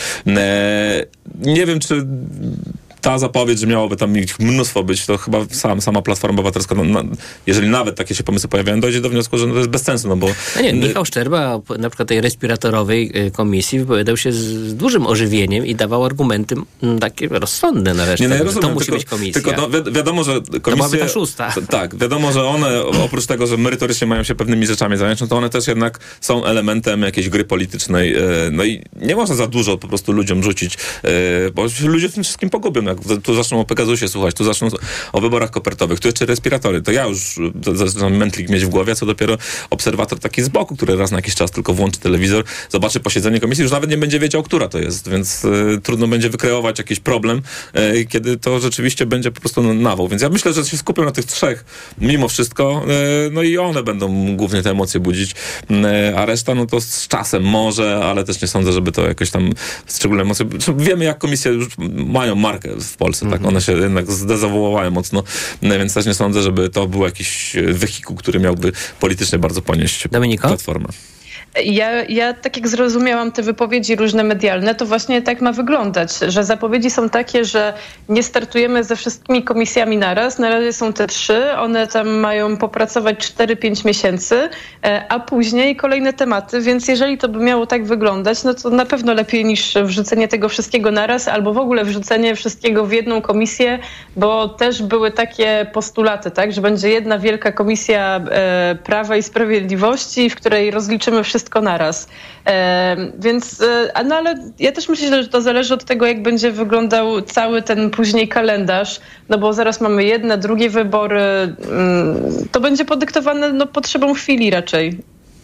Nie wiem, czy ta zapowiedź, że miałoby tam ich mnóstwo być, to chyba sama Platforma Obywatelska, jeżeli nawet takie się pomysły pojawiają, dojdzie do wniosku, że to jest bez sensu, bo... No nie, Michał Szczerba, na przykład tej respiratorowej komisji, wypowiadał się z dużym ożywieniem i dawał argumenty takie rozsądne nareszcie. Ja rozumiem, to musi być komisja. Tylko wiadomo, że komisje... To byłaby ta 6. Tak, wiadomo, że one, oprócz tego, że merytorycznie mają się pewnymi rzeczami zająć, no to one też jednak są elementem jakiejś gry politycznej. No i nie można za dużo po prostu ludziom rzucić, bo się ludzie w tym wszystkim pogubią. Jak tu zaczną o Pegasusie słuchać, tu zaczną o wyborach kopertowych, tu jeszcze respiratory, to ja już zaczynam mętlik mieć w głowie, co dopiero obserwator taki z boku, który raz na jakiś czas tylko włączy telewizor, zobaczy posiedzenie komisji, już nawet nie będzie wiedział, która to jest, więc trudno będzie wykreować jakiś problem, kiedy to rzeczywiście będzie po prostu nawał. Więc ja myślę, że się skupią na tych 3 mimo wszystko, no i one będą głównie te emocje budzić, a reszta, no to z czasem może, ale też nie sądzę, żeby to jakoś tam szczególne emocje... Wiemy, jak komisje już mają markę w Polsce, tak? One się jednak zdezawuowały mocno, więc też nie sądzę, żeby to był jakiś wehikuł, który miałby politycznie bardzo ponieść Platformę. Ja tak jak zrozumiałam te wypowiedzi różne medialne, to właśnie tak ma wyglądać, że zapowiedzi są takie, że nie startujemy ze wszystkimi komisjami naraz. Na razie są te 3, one tam mają popracować 4-5 miesięcy, a później kolejne tematy, więc jeżeli to by miało tak wyglądać, no to na pewno lepiej niż wrzucenie tego wszystkiego naraz, albo w ogóle wrzucenie wszystkiego w jedną komisję, bo też były takie postulaty, tak, że będzie jedna wielka komisja Prawa i Sprawiedliwości, w której rozliczymy wszystko naraz. Więc, no ale ja też myślę, że to zależy od tego, jak będzie wyglądał cały ten później kalendarz, no bo zaraz mamy jedne, drugie wybory. To będzie podyktowane potrzebą chwili raczej.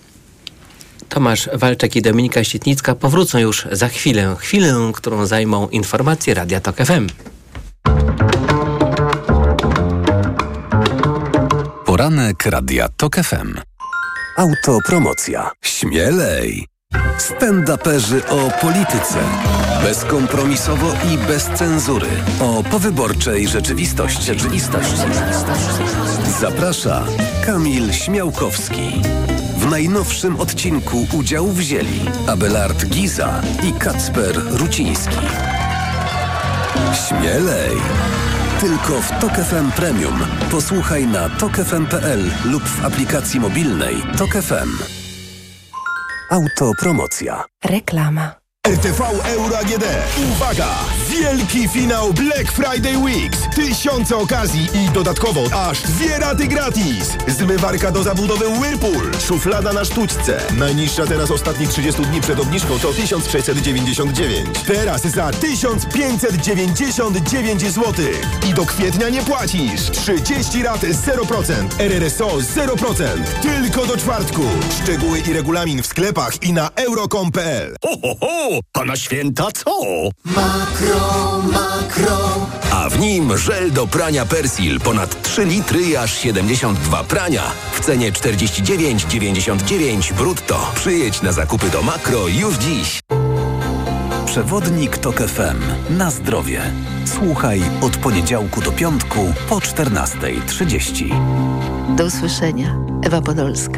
Tomasz Walczak i Dominika Sitnicka powrócą już za chwilę, którą zajmą informacje Radia Tok FM. Poranek Radia Tok FM. Autopromocja. Śmielej! Stand-uperzy o polityce. Bezkompromisowo i bez cenzury. O powyborczej rzeczywistości. Zaprasza Kamil Śmiałkowski. W najnowszym odcinku udział wzięli Abelard Giza i Kacper Ruciński. Śmielej! Tylko w Tok FM Premium. Posłuchaj na tokfm.pl lub w aplikacji mobilnej Tok FM. Autopromocja. Reklama. RTV Euro AGD. Uwaga! Wielki finał Black Friday Weeks. 1000 okazji i dodatkowo aż 2 raty gratis. Zmywarka do zabudowy Whirlpool. Szuflada na sztućce. Najniższa teraz ostatnich 30 dni przed obniżką to 1699. Teraz za 1599 zł. I do kwietnia nie płacisz. 30 rat 0%. RRSO 0%. Tylko do czwartku. Szczegóły i regulamin w sklepach i na euro.com.pl. Ho, ho, ho! a na święta co? Makro. A w nim żel do prania Persil. Ponad 3 litry i aż 72 prania. W cenie 49,99 brutto. Przyjedź na zakupy do Makro już dziś. Przewodnik TOK FM. Na zdrowie. Słuchaj od poniedziałku do piątku po 14:30. Do usłyszenia. Ewa Podolska.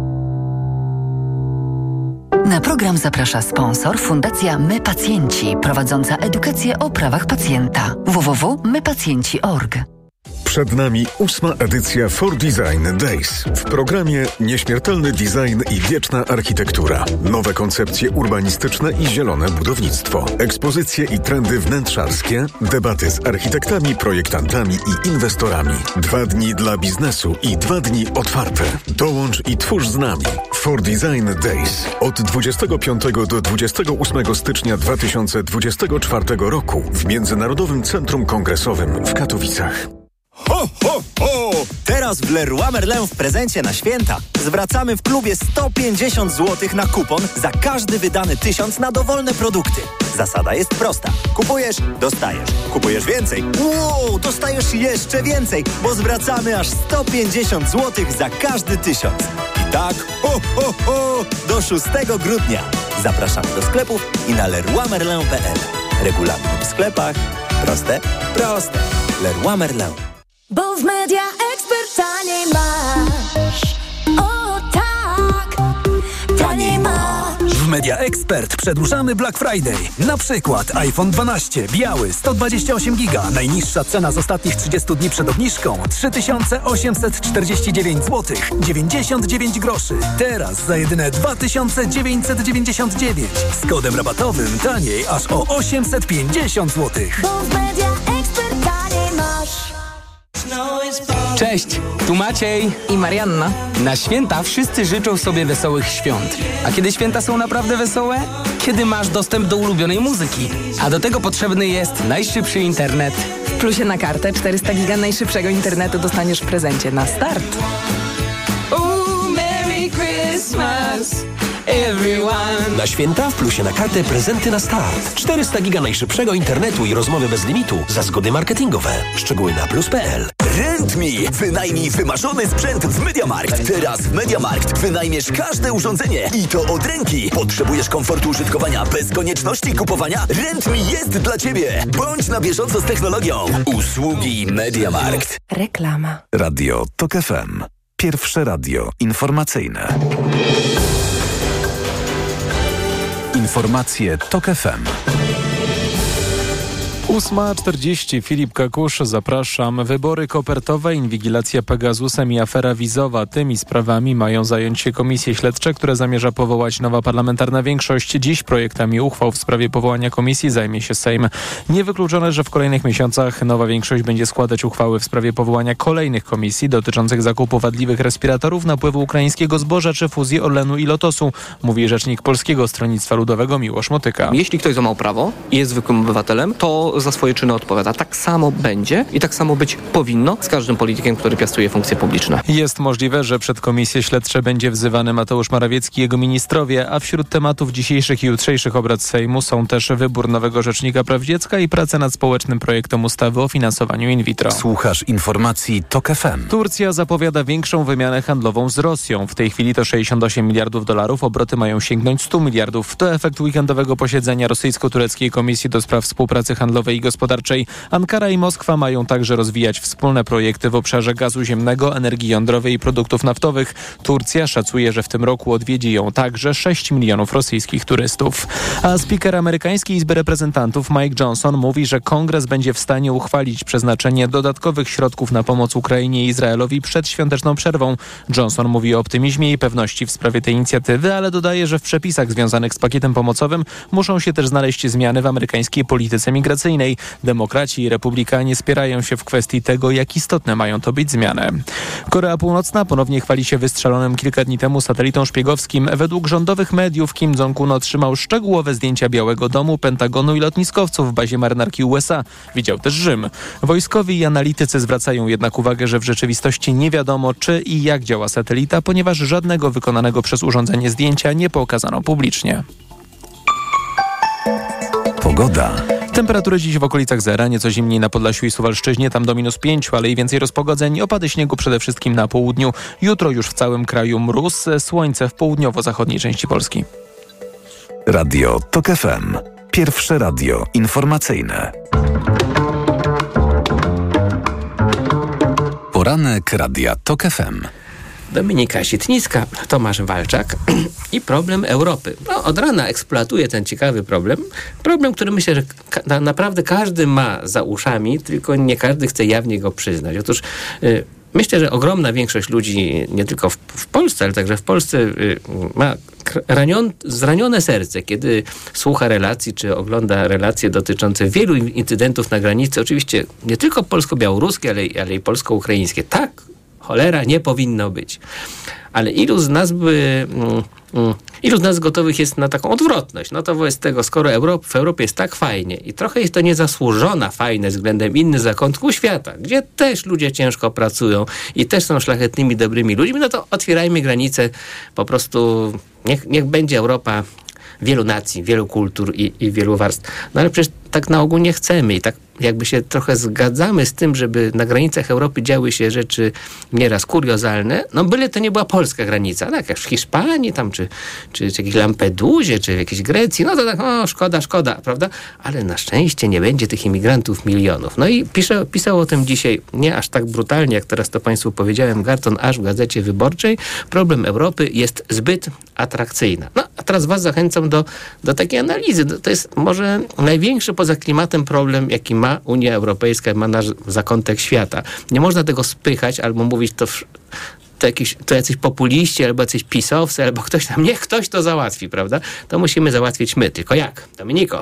Na program zaprasza sponsor Fundacja My Pacjenci, prowadząca edukację o prawach pacjenta. www.mypacjenci.org. Przed nami 8. edycja For Design Days. W programie nieśmiertelny design i wieczna architektura. Nowe koncepcje urbanistyczne i zielone budownictwo. Ekspozycje i trendy wnętrzarskie. Debaty z architektami, projektantami i inwestorami. 2 dni dla biznesu i 2 dni otwarte. Dołącz i twórz z nami. For Design Days. Od 25 do 28 stycznia 2024 roku w Międzynarodowym Centrum Kongresowym w Katowicach. Ho, ho, ho! Teraz w Leroy Merlin w prezencie na święta zwracamy w klubie 150 zł na kupon za każdy wydany 1000 na dowolne produkty. Zasada jest prosta. Kupujesz, dostajesz. Kupujesz więcej. Wow, dostajesz jeszcze więcej, bo zwracamy aż 150 zł za każdy 1000. I tak, ho, ho, ho! Do 6 grudnia. Zapraszamy do sklepów i na leroymerlin.pl. Regulamin w sklepach. Proste? Proste. Leroy Merlin. Bo w Media Expert taniej masz. O tak, taniej masz. W Media Expert przedłużamy Black Friday. Na przykład iPhone 12 biały 128 GB. Najniższa cena z ostatnich 30 dni przed obniżką 3849 zł 99 groszy. Teraz za jedyne 2999. Z kodem rabatowym taniej aż o 850 zł. Bo w Media Expert taniej masz. Cześć, tu Maciej i Marianna. Na święta wszyscy życzą sobie wesołych świąt. A kiedy święta są naprawdę wesołe? Kiedy masz dostęp do ulubionej muzyki. A do tego potrzebny jest najszybszy internet. W Plusie na kartę 400 giga najszybszego internetu dostaniesz w prezencie na start. Merry Christmas, everyone. Na święta w Plusie na kartę prezenty na start. 400 giga najszybszego internetu i rozmowy bez limitu za zgody marketingowe. Szczegóły na plus.pl. Rent.me. Wynajmij wymarzony sprzęt w MediaMarkt. Teraz w MediaMarkt wynajmiesz każde urządzenie i to od ręki. Potrzebujesz komfortu użytkowania bez konieczności kupowania? Rent.me jest dla Ciebie. Bądź na bieżąco z technologią. Usługi MediaMarkt. Reklama. Radio TOK FM. Pierwsze radio informacyjne. Informacje TOK FM. 8:40. Filip Kakusz, zapraszam. Wybory kopertowe, inwigilacja Pegasusem i afera wizowa. Tymi sprawami mają zająć się komisje śledcze, które zamierza powołać nowa parlamentarna większość. Dziś projektami uchwał w sprawie powołania komisji zajmie się Sejm. Niewykluczone, że w kolejnych miesiącach nowa większość będzie składać uchwały w sprawie powołania kolejnych komisji dotyczących zakupu wadliwych respiratorów, napływu ukraińskiego zboża czy fuzji Orlenu i Lotosu, mówi rzecznik Polskiego Stronnictwa Ludowego Miłosz Motyka. Jeśli ktoś złamał prawo i jest zwykłym obywatelem, to za swoje czyny odpowiada. Tak samo będzie i tak samo być powinno z każdym politykiem, który piastuje funkcje publiczne. Jest możliwe, że przed komisje śledcze będzie wzywany Mateusz Morawiecki i jego ministrowie, a wśród tematów dzisiejszych i jutrzejszych obrad Sejmu są też wybór nowego rzecznika praw dziecka i prace nad społecznym projektem ustawy o finansowaniu in vitro. Słuchasz informacji TOK FM. Turcja zapowiada większą wymianę handlową z Rosją. W tej chwili to 68 miliardów dolarów, obroty mają sięgnąć 100 miliardów. To efekt weekendowego posiedzenia rosyjsko-tureckiej Komisji do Spraw Współpracy Handlowej i Gospodarczej. Ankara i Moskwa mają także rozwijać wspólne projekty w obszarze gazu ziemnego, energii jądrowej i produktów naftowych. Turcja szacuje, że w tym roku odwiedzi ją także 6 milionów rosyjskich turystów. A speaker amerykańskiej Izby Reprezentantów Mike Johnson mówi, że Kongres będzie w stanie uchwalić przeznaczenie dodatkowych środków na pomoc Ukrainie i Izraelowi przed świąteczną przerwą. Johnson mówi o optymizmie i pewności w sprawie tej inicjatywy, ale dodaje, że w przepisach związanych z pakietem pomocowym muszą się też znaleźć zmiany w amerykańskiej polityce migracyjnej. Demokraci i republikanie spierają się w kwestii tego, jak istotne mają to być zmiany. Korea Północna ponownie chwali się wystrzelonym kilka dni temu satelitą szpiegowskim. Według rządowych mediów Kim Jong-un otrzymał szczegółowe zdjęcia Białego Domu, Pentagonu i lotniskowców w bazie marynarki USA. Widział też Rzym. Wojskowi i analitycy zwracają jednak uwagę, że w rzeczywistości nie wiadomo, czy i jak działa satelita, ponieważ żadnego wykonanego przez urządzenie zdjęcia nie pokazano publicznie. Pogoda. Temperatury dziś w okolicach zera, nieco zimniej na Podlasiu i Suwalszczyźnie, tam do -5, ale i więcej rozpogodzeń. Opady śniegu przede wszystkim na południu. Jutro już w całym kraju mróz, słońce w południowo-zachodniej części Polski. Radio TOK FM. Pierwsze radio informacyjne. Poranek Radia TOK FM. Dominika Sitnicka, Tomasz Walczak i problem Europy. Od rana eksploatuje ten ciekawy problem. Problem, który myślę, że naprawdę każdy ma za uszami, tylko nie każdy chce jawnie go przyznać. Otóż myślę, że ogromna większość ludzi, nie tylko w Polsce, ale także w Polsce ma zranione serce, kiedy słucha relacji, czy ogląda relacje dotyczące wielu incydentów na granicy. Oczywiście nie tylko polsko-białoruskie, ale i polsko-ukraińskie. Tak, cholera, nie powinno być. Ale ilu z nas gotowych jest na taką odwrotność? No to wobec tego, skoro w Europie jest tak fajnie i trochę jest to niezasłużona fajne względem innych zakątków świata, gdzie też ludzie ciężko pracują i też są szlachetnymi, dobrymi ludźmi, no to otwierajmy granice, po prostu niech będzie Europa wielu nacji, wielu kultur i wielu warstw. No ale przecież tak na ogół nie chcemy i tak jakby się trochę zgadzamy z tym, żeby na granicach Europy działy się rzeczy nieraz kuriozalne, no byle to nie była polska granica, tak jak w Hiszpanii tam, czy jakiejś Lampedusie, czy w jakiejś Grecji, no to tak, szkoda, prawda? Ale na szczęście nie będzie tych imigrantów milionów. No i pisał o tym dzisiaj, nie aż tak brutalnie, jak teraz to Państwu powiedziałem, Garton Ash w Gazecie Wyborczej. Problem Europy jest zbyt atrakcyjna. No, a teraz was zachęcam do takiej analizy. To jest może największy poza klimatem problem, jaki ma Unia Europejska, ma nasz zakątek świata. Nie można tego spychać albo mówić to jacyś populiści, albo jacyś pisowcy, albo ktoś tam, niech ktoś to załatwi, prawda? To musimy załatwić my. Tylko jak? Dominiko.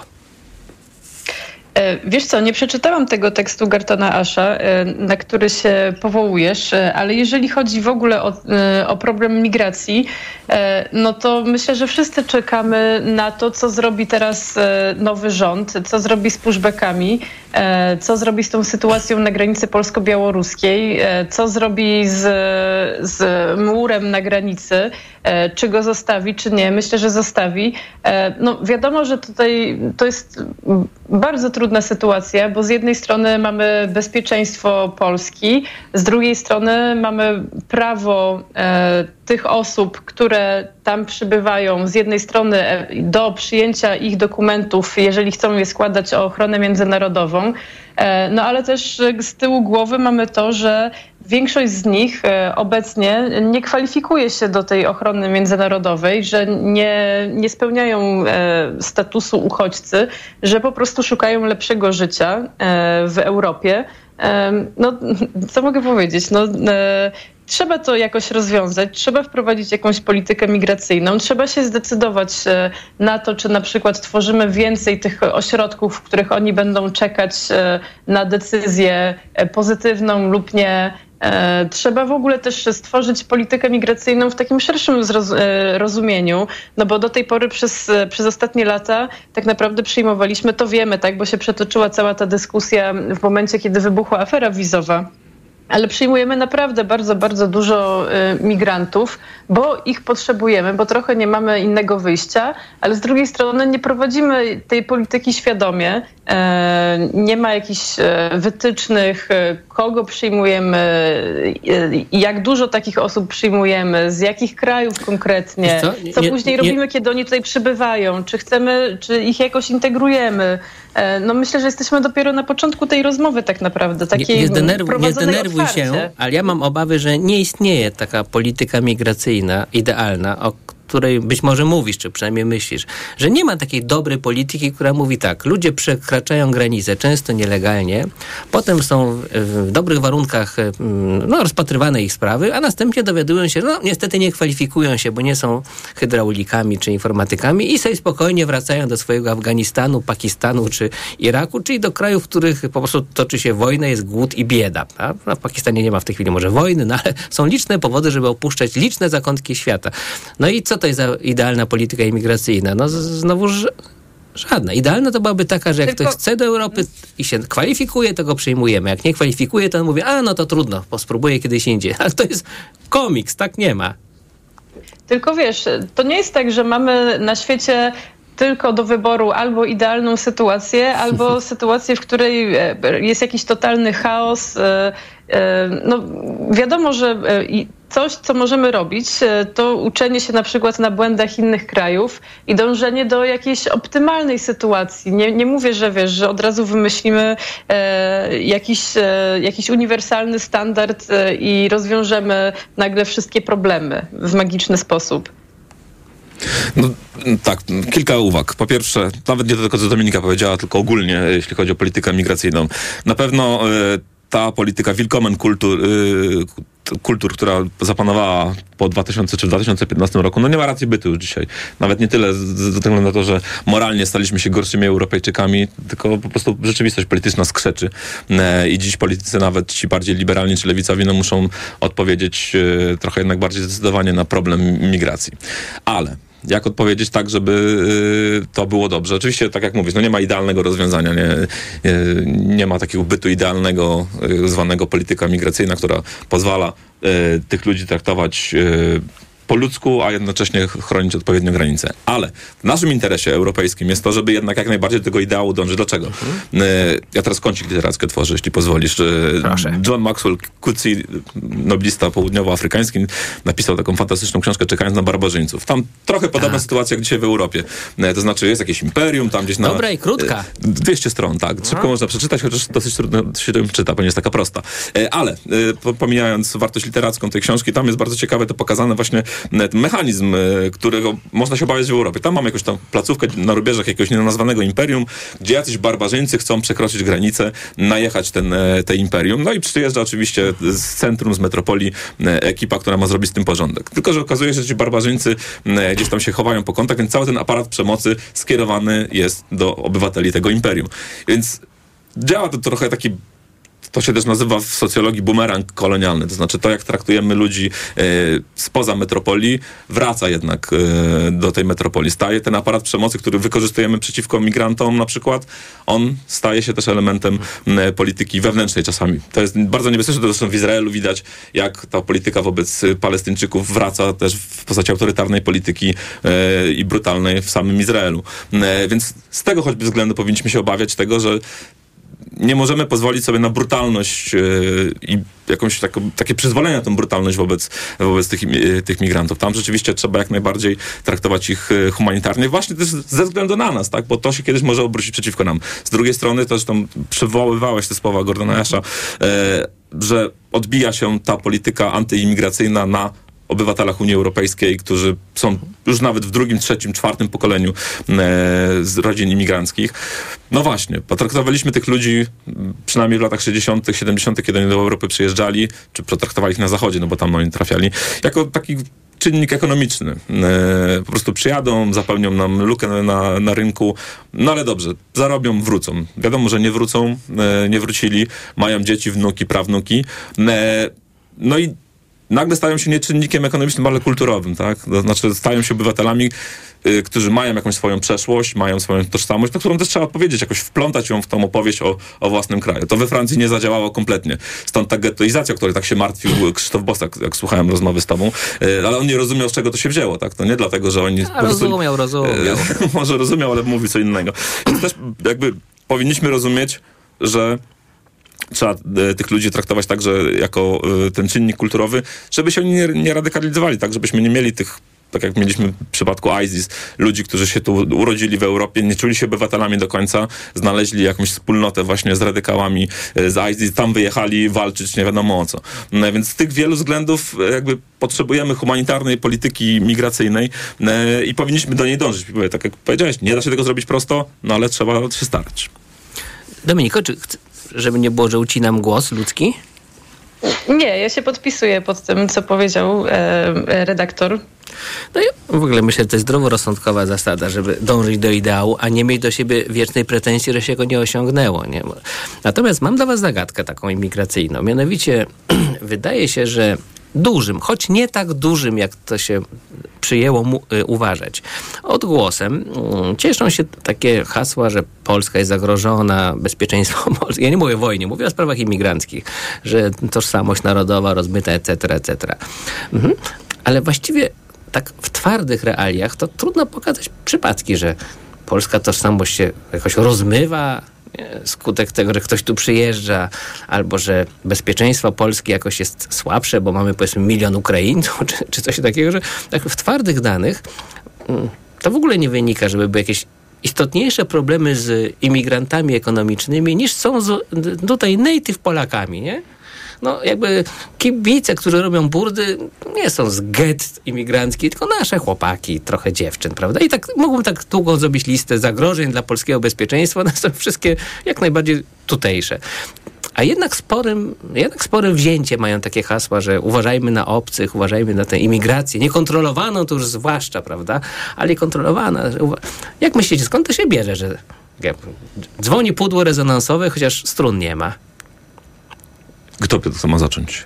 Wiesz co, nie przeczytałam tego tekstu Gartona Asha, na który się powołujesz, ale jeżeli chodzi w ogóle o problem migracji, no to myślę, że wszyscy czekamy na to, co zrobi teraz nowy rząd, co zrobi z pushbackami, co zrobi z tą sytuacją na granicy polsko-białoruskiej, co zrobi z murem na granicy, czy go zostawi, czy nie. Myślę, że zostawi. No wiadomo, że tutaj to jest bardzo trudna sytuacja, bo z jednej strony mamy bezpieczeństwo Polski, z drugiej strony mamy prawo tych osób, które tam przybywają, z jednej strony do przyjęcia ich dokumentów, jeżeli chcą je składać o ochronę międzynarodową, no ale też z tyłu głowy mamy to, że większość z nich obecnie nie kwalifikuje się do tej ochrony międzynarodowej, że nie spełniają statusu uchodźcy, że po prostu szukają lepszego życia w Europie. No, co mogę powiedzieć? No, trzeba to jakoś rozwiązać, trzeba wprowadzić jakąś politykę migracyjną, trzeba się zdecydować na to, czy na przykład tworzymy więcej tych ośrodków, w których oni będą czekać na decyzję pozytywną lub nie. Trzeba w ogóle też stworzyć politykę migracyjną w takim szerszym rozumieniu, no bo do tej pory przez ostatnie lata tak naprawdę przyjmowaliśmy, to wiemy, tak, bo się przetoczyła cała ta dyskusja w momencie, kiedy wybuchła afera wizowa. Ale przyjmujemy naprawdę bardzo, bardzo dużo migrantów, bo ich potrzebujemy, bo trochę nie mamy innego wyjścia, ale z drugiej strony nie prowadzimy tej polityki świadomie. Nie ma jakichś wytycznych, kogo przyjmujemy, jak dużo takich osób przyjmujemy, z jakich krajów konkretnie, co później robimy, kiedy oni tutaj przybywają, czy ich jakoś integrujemy. No myślę, że jesteśmy dopiero na początku tej rozmowy tak naprawdę. Nie zdenerwuj się, ale ja mam obawy, że nie istnieje taka polityka migracyjna idealna, o której być może mówisz, czy przynajmniej myślisz, że nie ma takiej dobrej polityki, która mówi tak, ludzie przekraczają granice, często nielegalnie, potem są w dobrych warunkach rozpatrywane ich sprawy, a następnie dowiadują się, że niestety nie kwalifikują się, bo nie są hydraulikami czy informatykami i sobie spokojnie wracają do swojego Afganistanu, Pakistanu czy Iraku, czyli do krajów, w których po prostu toczy się wojna, jest głód i bieda. W Pakistanie nie ma w tej chwili może wojny, no ale są liczne powody, żeby opuszczać liczne zakątki świata. No i co to jest za idealna polityka imigracyjna? No znowu żadna. Idealna to byłaby taka, że jak ktoś chce do Europy i się kwalifikuje, to go przyjmujemy. Jak nie kwalifikuje, to on mówi, no to trudno, spróbuję kiedyś indziej. Ale to jest komiks, tak nie ma. Tylko wiesz, to nie jest tak, że mamy na świecie tylko do wyboru albo idealną sytuację, albo sytuację, w której jest jakiś totalny chaos. No, wiadomo, że coś, co możemy robić, to uczenie się na przykład na błędach innych krajów i dążenie do jakiejś optymalnej sytuacji. Nie mówię, że wiesz, że od razu wymyślimy jakiś uniwersalny standard i rozwiążemy nagle wszystkie problemy w magiczny sposób. No tak, kilka uwag. Po pierwsze, nawet nie do tego, co Dominika powiedziała, tylko ogólnie, jeśli chodzi o politykę migracyjną. Na pewno ta polityka Willkommen kultur, która zapanowała po 2000 czy 2015 roku, no nie ma racji bytu już dzisiaj. Nawet nie tyle ze względu na to, że moralnie staliśmy się gorszymi Europejczykami, tylko po prostu rzeczywistość polityczna skrzeczy i dziś politycy, nawet ci bardziej liberalni czy lewicowi, no muszą odpowiedzieć trochę jednak bardziej zdecydowanie na problem migracji. Ale jak odpowiedzieć tak, żeby to było dobrze? Oczywiście, tak jak mówisz, no nie ma idealnego rozwiązania, nie ma takiego bytu idealnego, zwanego polityka migracyjna, która pozwala tych ludzi traktować po ludzku, a jednocześnie chronić odpowiednio granice. Ale w naszym interesie europejskim jest to, żeby jednak jak najbardziej do tego ideału dążyć. Dlaczego? Ja teraz kącik literacki otworzę, jeśli pozwolisz. Proszę. John Maxwell Coetzee, noblista południowoafrykański, napisał taką fantastyczną książkę Czekając na barbarzyńców. Tam trochę podobna sytuacja jak dzisiaj w Europie. To znaczy jest jakieś imperium, tam gdzieś na... Dobra i krótka. 200 stron, tak. Szybko można przeczytać, chociaż dosyć trudno się tym czyta, bo nie jest taka prosta. Ale pomijając wartość literacką tej książki, tam jest bardzo ciekawe to pokazane właśnie mechanizm, którego można się obawiać w Europie. Tam mamy jakąś tam placówkę na rubieżach jakiegoś nienazwanego imperium, gdzie jacyś barbarzyńcy chcą przekroczyć granicę, najechać te imperium. No i przyjeżdża oczywiście z centrum, z metropolii ekipa, która ma zrobić z tym porządek. Tylko że okazuje się, że ci barbarzyńcy gdzieś tam się chowają po kątach, więc cały ten aparat przemocy skierowany jest do obywateli tego imperium. Więc działa to trochę taki... To się też nazywa w socjologii bumerang kolonialny. To znaczy to, jak traktujemy ludzi spoza metropolii, wraca jednak do tej metropolii. Staje ten aparat przemocy, który wykorzystujemy przeciwko migrantom na przykład, on staje się też elementem polityki wewnętrznej czasami. To jest bardzo niebezpieczne, to zresztą w Izraelu widać, jak ta polityka wobec Palestyńczyków wraca też w postaci autorytarnej polityki i brutalnej w samym Izraelu. Więc z tego choćby względu powinniśmy się obawiać tego, że nie możemy pozwolić sobie na brutalność i jakąś takie przyzwolenie na tę brutalność wobec tych migrantów. Tam rzeczywiście trzeba jak najbardziej traktować ich humanitarnie, właśnie też ze względu na nas, tak? Bo to się kiedyś może obrócić przeciwko nam. Z drugiej strony też tam przywoływałeś te słowa Gordona Asha, że odbija się ta polityka antyimigracyjna na obywatelach Unii Europejskiej, którzy są już nawet w drugim, trzecim, czwartym pokoleniu z rodzin imigranckich. No właśnie, potraktowaliśmy tych ludzi przynajmniej w latach 60., 70., kiedy oni do Europy przyjeżdżali, czy potraktowali ich na zachodzie, no bo tam oni trafiali, jako taki czynnik ekonomiczny. Po prostu przyjadą, zapełnią nam lukę na rynku, no ale dobrze, zarobią, wrócą. Wiadomo, że nie wrócą, nie wrócili, mają dzieci, wnuki, prawnuki. No i nagle stają się nie czynnikiem ekonomicznym, ale kulturowym, tak? To znaczy stają się obywatelami, którzy mają jakąś swoją przeszłość, mają swoją tożsamość, na którą też trzeba odpowiedzieć, jakoś wplątać ją w tą opowieść o własnym kraju. To we Francji nie zadziałało kompletnie. Stąd ta gettoizacja, o której tak się martwił Krzysztof Bosak, jak słuchałem rozmowy z tobą, ale on nie rozumiał, z czego to się wzięło, tak? To nie dlatego, że oni... Rozumiał. Może rozumiał, ale mówi co innego. Więc też jakby powinniśmy rozumieć, że trzeba tych ludzi traktować tak, że jako ten czynnik kulturowy, żeby się oni nie radykalizowali, tak, żebyśmy nie mieli tych, tak jak mieliśmy w przypadku ISIS, ludzi, którzy się tu urodzili w Europie, nie czuli się obywatelami do końca, znaleźli jakąś wspólnotę właśnie z radykałami z ISIS, tam wyjechali walczyć nie wiadomo o co. No, więc z tych wielu względów jakby potrzebujemy humanitarnej polityki migracyjnej i powinniśmy do niej dążyć. Tak jak powiedziałeś, nie da się tego zrobić prosto, no ale trzeba się starać. Dominiko, żeby nie było, że ucinam głos ludzki? Nie, ja się podpisuję pod tym, co powiedział redaktor. No i w ogóle myślę, że to jest zdroworozsądkowa zasada, żeby dążyć do ideału, a nie mieć do siebie wiecznej pretensji, że się go nie osiągnęło. Nie? Natomiast mam dla was zagadkę taką imigracyjną. Mianowicie wydaje się, że dużym, choć nie tak dużym, jak to się przyjęło uważać, odgłosem cieszą się takie hasła, że Polska jest zagrożona, bezpieczeństwo Polski. Ja nie mówię o wojnie, mówię o sprawach imigranckich, że tożsamość narodowa rozmyta, etc. Ale właściwie tak w twardych realiach to trudno pokazać przypadki, że polska tożsamość się jakoś rozmywa skutek tego, że ktoś tu przyjeżdża, albo że bezpieczeństwo Polski jakoś jest słabsze, bo mamy powiedzmy 1 milion Ukraińców, czy coś takiego, że tak w twardych danych to w ogóle nie wynika, żeby były jakieś istotniejsze problemy z imigrantami ekonomicznymi niż są tutaj native Polakami, nie? No jakby kibice, którzy robią burdy, nie są z get imigrancki, tylko nasze chłopaki, trochę dziewczyn, prawda? I tak mógłbym tak długo zrobić listę zagrożeń dla polskiego bezpieczeństwa, one są wszystkie jak najbardziej tutejsze. A jednak spore wzięcie mają takie hasła, że uważajmy na obcych, uważajmy na tę imigrację, niekontrolowaną to już zwłaszcza, prawda? Ale kontrolowana. Jak myślicie, skąd to się bierze, że dzwoni pudło rezonansowe, chociaż strun nie ma? Kto to ma zacząć?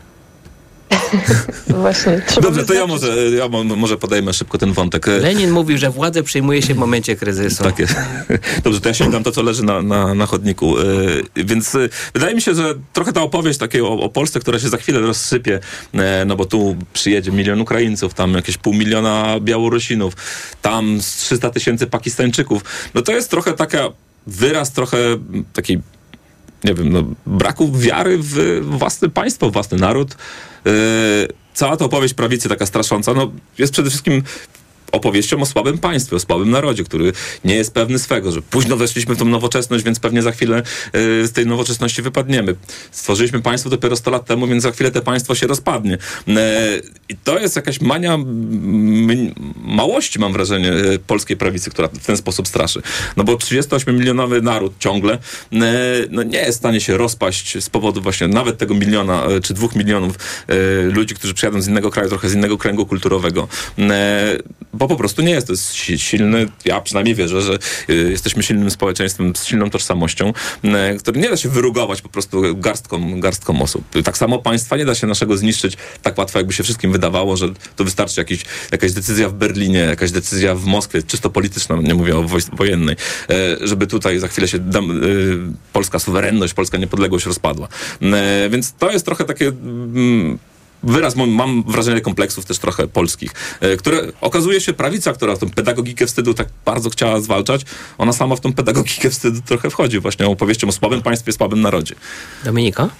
Właśnie. Dobrze, to ja może podejmę szybko ten wątek. Lenin mówił, że władzę przyjmuje się w momencie kryzysu. Tak jest. Dobrze, to ja sięgam to, co leży na chodniku. Więc wydaje mi się, że trochę ta opowieść takiej o Polsce, która się za chwilę rozsypie, no bo tu przyjedzie 1 milion Ukraińców, tam jakieś 500 000 Białorusinów, tam 300 000 Pakistańczyków. No to jest trochę wyraz trochę takiej, nie wiem, braku wiary w własne państwo, w własny naród. Cała ta opowieść prawicy taka strasząca, jest przede wszystkim opowieścią o słabym państwie, o słabym narodzie, który nie jest pewny swego, że późno weszliśmy w tą nowoczesność, więc pewnie za chwilę z tej nowoczesności wypadniemy. Stworzyliśmy państwo dopiero 100 lat temu, więc za chwilę to państwo się rozpadnie. I to jest jakaś mania małości, mam wrażenie, polskiej prawicy, która w ten sposób straszy. No bo 38-milionowy naród ciągle nie jest w stanie się rozpaść z powodu właśnie nawet tego 1 miliona czy 2 milionów ludzi, którzy przyjadą z innego kraju, trochę z innego kręgu kulturowego. Bo po prostu nie jest to silny, ja przynajmniej wierzę, że jesteśmy silnym społeczeństwem z silną tożsamością, które nie da się wyrugować po prostu garstką osób. Tak samo państwa nie da się naszego zniszczyć tak łatwo, jakby się wszystkim wydawało, że to wystarczy jakaś decyzja w Berlinie, jakaś decyzja w Moskwie, czysto polityczna, nie mówię o wojennej, żeby tutaj za chwilę się polska suwerenność, polska niepodległość rozpadła. Więc to jest trochę takie wyraz, mam wrażenie, kompleksów też trochę polskich, które okazuje się prawica, która tę pedagogikę wstydu tak bardzo chciała zwalczać, ona sama w tą pedagogikę wstydu trochę wchodzi właśnie opowieścią o słabym państwie, słabym narodzie. Dominiko?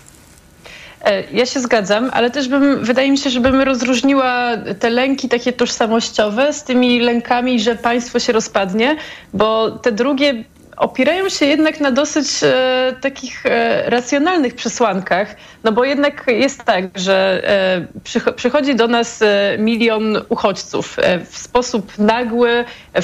Ja się zgadzam, ale też wydaje mi się, żebym rozróżniła te lęki takie tożsamościowe z tymi lękami, że państwo się rozpadnie, bo te drugie opierają się jednak na dosyć takich racjonalnych przesłankach, no bo jednak jest tak, że przychodzi do nas 1 milion uchodźców w sposób nagły,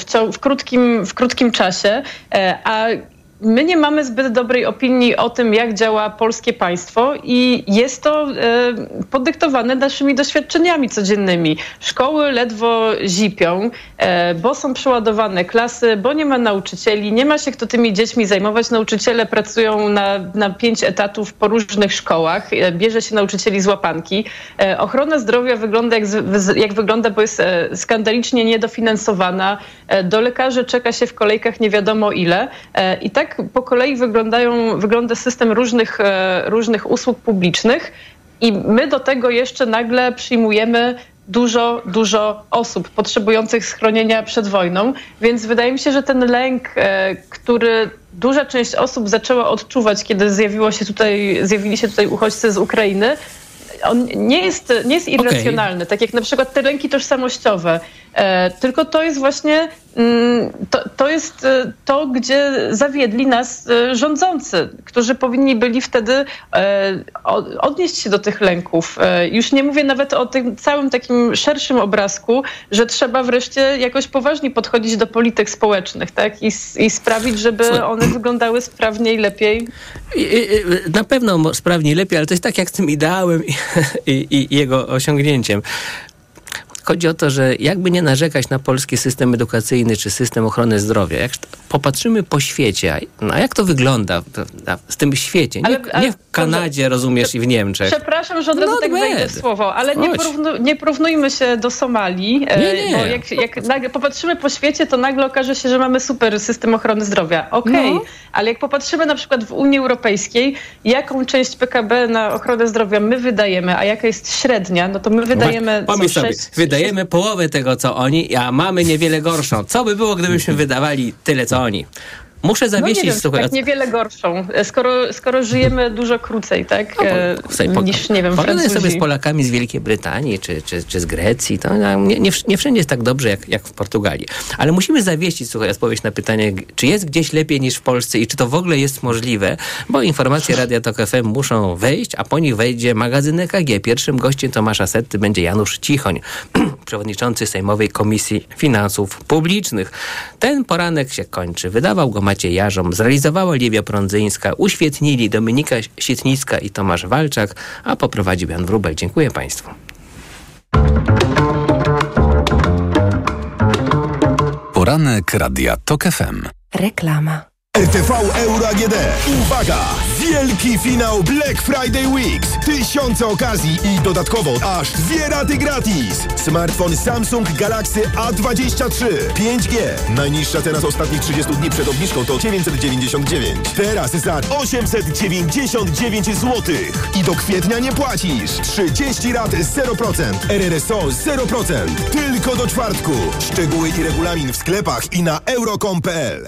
w krótkim czasie, a my nie mamy zbyt dobrej opinii o tym, jak działa polskie państwo i jest to podyktowane naszymi doświadczeniami codziennymi. Szkoły ledwo zipią, bo są przeładowane klasy, bo nie ma nauczycieli, nie ma się kto tymi dziećmi zajmować. Nauczyciele pracują na 5 etatów po różnych szkołach, bierze się nauczycieli z łapanki. Ochrona zdrowia wygląda jak wygląda, bo jest skandalicznie niedofinansowana. Do lekarzy czeka się w kolejkach nie wiadomo ile. I tak po kolei wygląda system różnych usług publicznych i my do tego jeszcze nagle przyjmujemy dużo osób potrzebujących schronienia przed wojną, więc wydaje mi się, że ten lęk, który duża część osób zaczęła odczuwać, kiedy zjawili się tutaj uchodźcy z Ukrainy, on nie jest irracjonalny, okay. Tak jak na przykład te lęki tożsamościowe, tylko to jest właśnie to jest to, gdzie zawiedli nas rządzący, którzy powinni byli wtedy odnieść się do tych lęków. Już nie mówię nawet o tym całym takim szerszym obrazku, że trzeba wreszcie jakoś poważnie podchodzić do polityk społecznych, tak? I sprawić, żeby one wyglądały sprawniej, lepiej. Na pewno sprawniej, lepiej, ale to jest tak jak z tym ideałem i jego osiągnięciem. Chodzi o to, że jakby nie narzekać na polski system edukacyjny czy system ochrony zdrowia, jak popatrzymy po świecie, a jak to wygląda w tym świecie, nie w Kanadzie, rozumiesz, i w Niemczech. Przepraszam, że od razu tak wejdę w słowo, ale nie porównujmy się do Somalii, nie. Bo jak nagle popatrzymy po świecie, to nagle okaże się, że mamy super system ochrony zdrowia. Okej, ale jak popatrzymy na przykład w Unii Europejskiej, jaką część PKB na ochronę zdrowia my wydajemy, a jaka jest średnia, no to my wydajemy wydajemy połowę tego, co oni, a mamy niewiele gorszą. Co by było, gdybyśmy wydawali tyle, co oni? Muszę zawiesić, nie wiem, słuchaj. tak niewiele gorszą, skoro żyjemy dużo krócej, tak? Niż, nie wiem, Pogadaj Francuzi. sobie z Polakami z Wielkiej Brytanii czy z Grecji. To nie wszędzie jest tak dobrze, jak w Portugalii. Ale musimy zawiesić, słuchaj, odpowiedź na pytanie, czy jest gdzieś lepiej niż w Polsce i czy to w ogóle jest możliwe, bo informacje Radia Tok FM muszą wejść, a po nich wejdzie magazyn EKG. Pierwszym gościem Tomasza Setty będzie Janusz Cichoń, przewodniczący Sejmowej Komisji Finansów Publicznych. Ten poranek się kończy. Wydawał go Maciej Jarzom, zrealizowała Liwia Prądzyńska, uświetnili Dominika Sietnicka i Tomasz Walczak, a poprowadził Jan Wróbel. Dziękuję Państwu. Poranek Radia Tok FM. Reklama. RTV Euro AGD. Uwaga! Wielki finał Black Friday Weeks. Tysiące okazji i dodatkowo aż 2 raty gratis. Smartfon Samsung Galaxy A23 5G. Najniższa cena z ostatnich 30 dni przed obniżką to 999. Teraz za 899 zł. I do kwietnia nie płacisz. 30 rat 0%. RRSO 0%. Tylko do czwartku. Szczegóły i regulamin w sklepach i na euro.com.pl.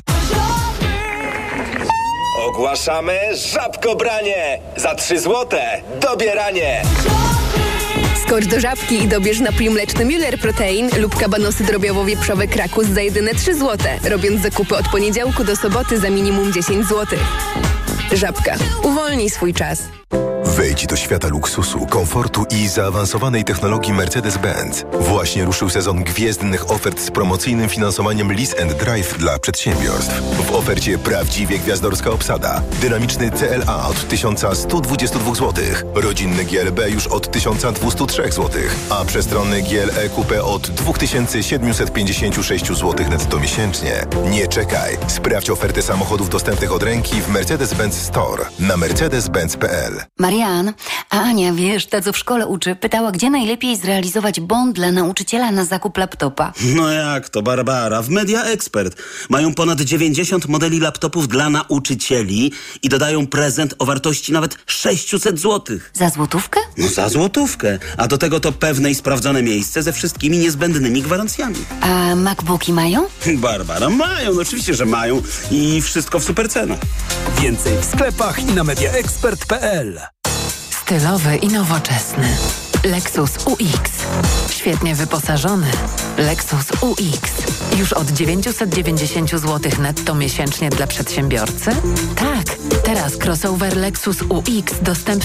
Ogłaszamy żabkobranie! Za 3 złote dobieranie! Skocz do Żabki i dobierz napój mleczny Müller Protein lub kabanosy drobiowo-wieprzowe Krakus za jedyne 3 złote, robiąc zakupy od poniedziałku do soboty za minimum 10 zł. Żabka. Uwolnij swój czas. Wejdź do świata luksusu, komfortu i zaawansowanej technologii Mercedes-Benz. Właśnie ruszył sezon gwiezdnych ofert z promocyjnym finansowaniem Lease and Drive dla przedsiębiorstw. W ofercie prawdziwie gwiazdorska obsada. Dynamiczny CLA od 1122 zł. Rodzinny GLB już od 1203 zł. A przestronny GLE Coupe od 2756 zł netto miesięcznie. Nie czekaj. Sprawdź ofertę samochodów dostępnych od ręki w Mercedes-Benz Store na mercedes-benz.pl. Marian, a Ania, wiesz, ta co w szkole uczy, pytała, gdzie najlepiej zrealizować bon dla nauczyciela na zakup laptopa. No jak to, Barbara? W Media Expert mają ponad 90 modeli laptopów dla nauczycieli i dodają prezent o wartości nawet 600 zł. Za złotówkę? No za złotówkę. A do tego to pewne i sprawdzone miejsce ze wszystkimi niezbędnymi gwarancjami. A MacBooki mają? Barbara, mają, no oczywiście, że mają i wszystko w super cenach. Więcej w sklepach i na mediaexpert.pl. Stylowy i nowoczesny. Lexus UX. Świetnie wyposażony. Lexus UX. Już od 990 zł netto miesięcznie dla przedsiębiorcy? Tak, teraz crossover Lexus UX dostępny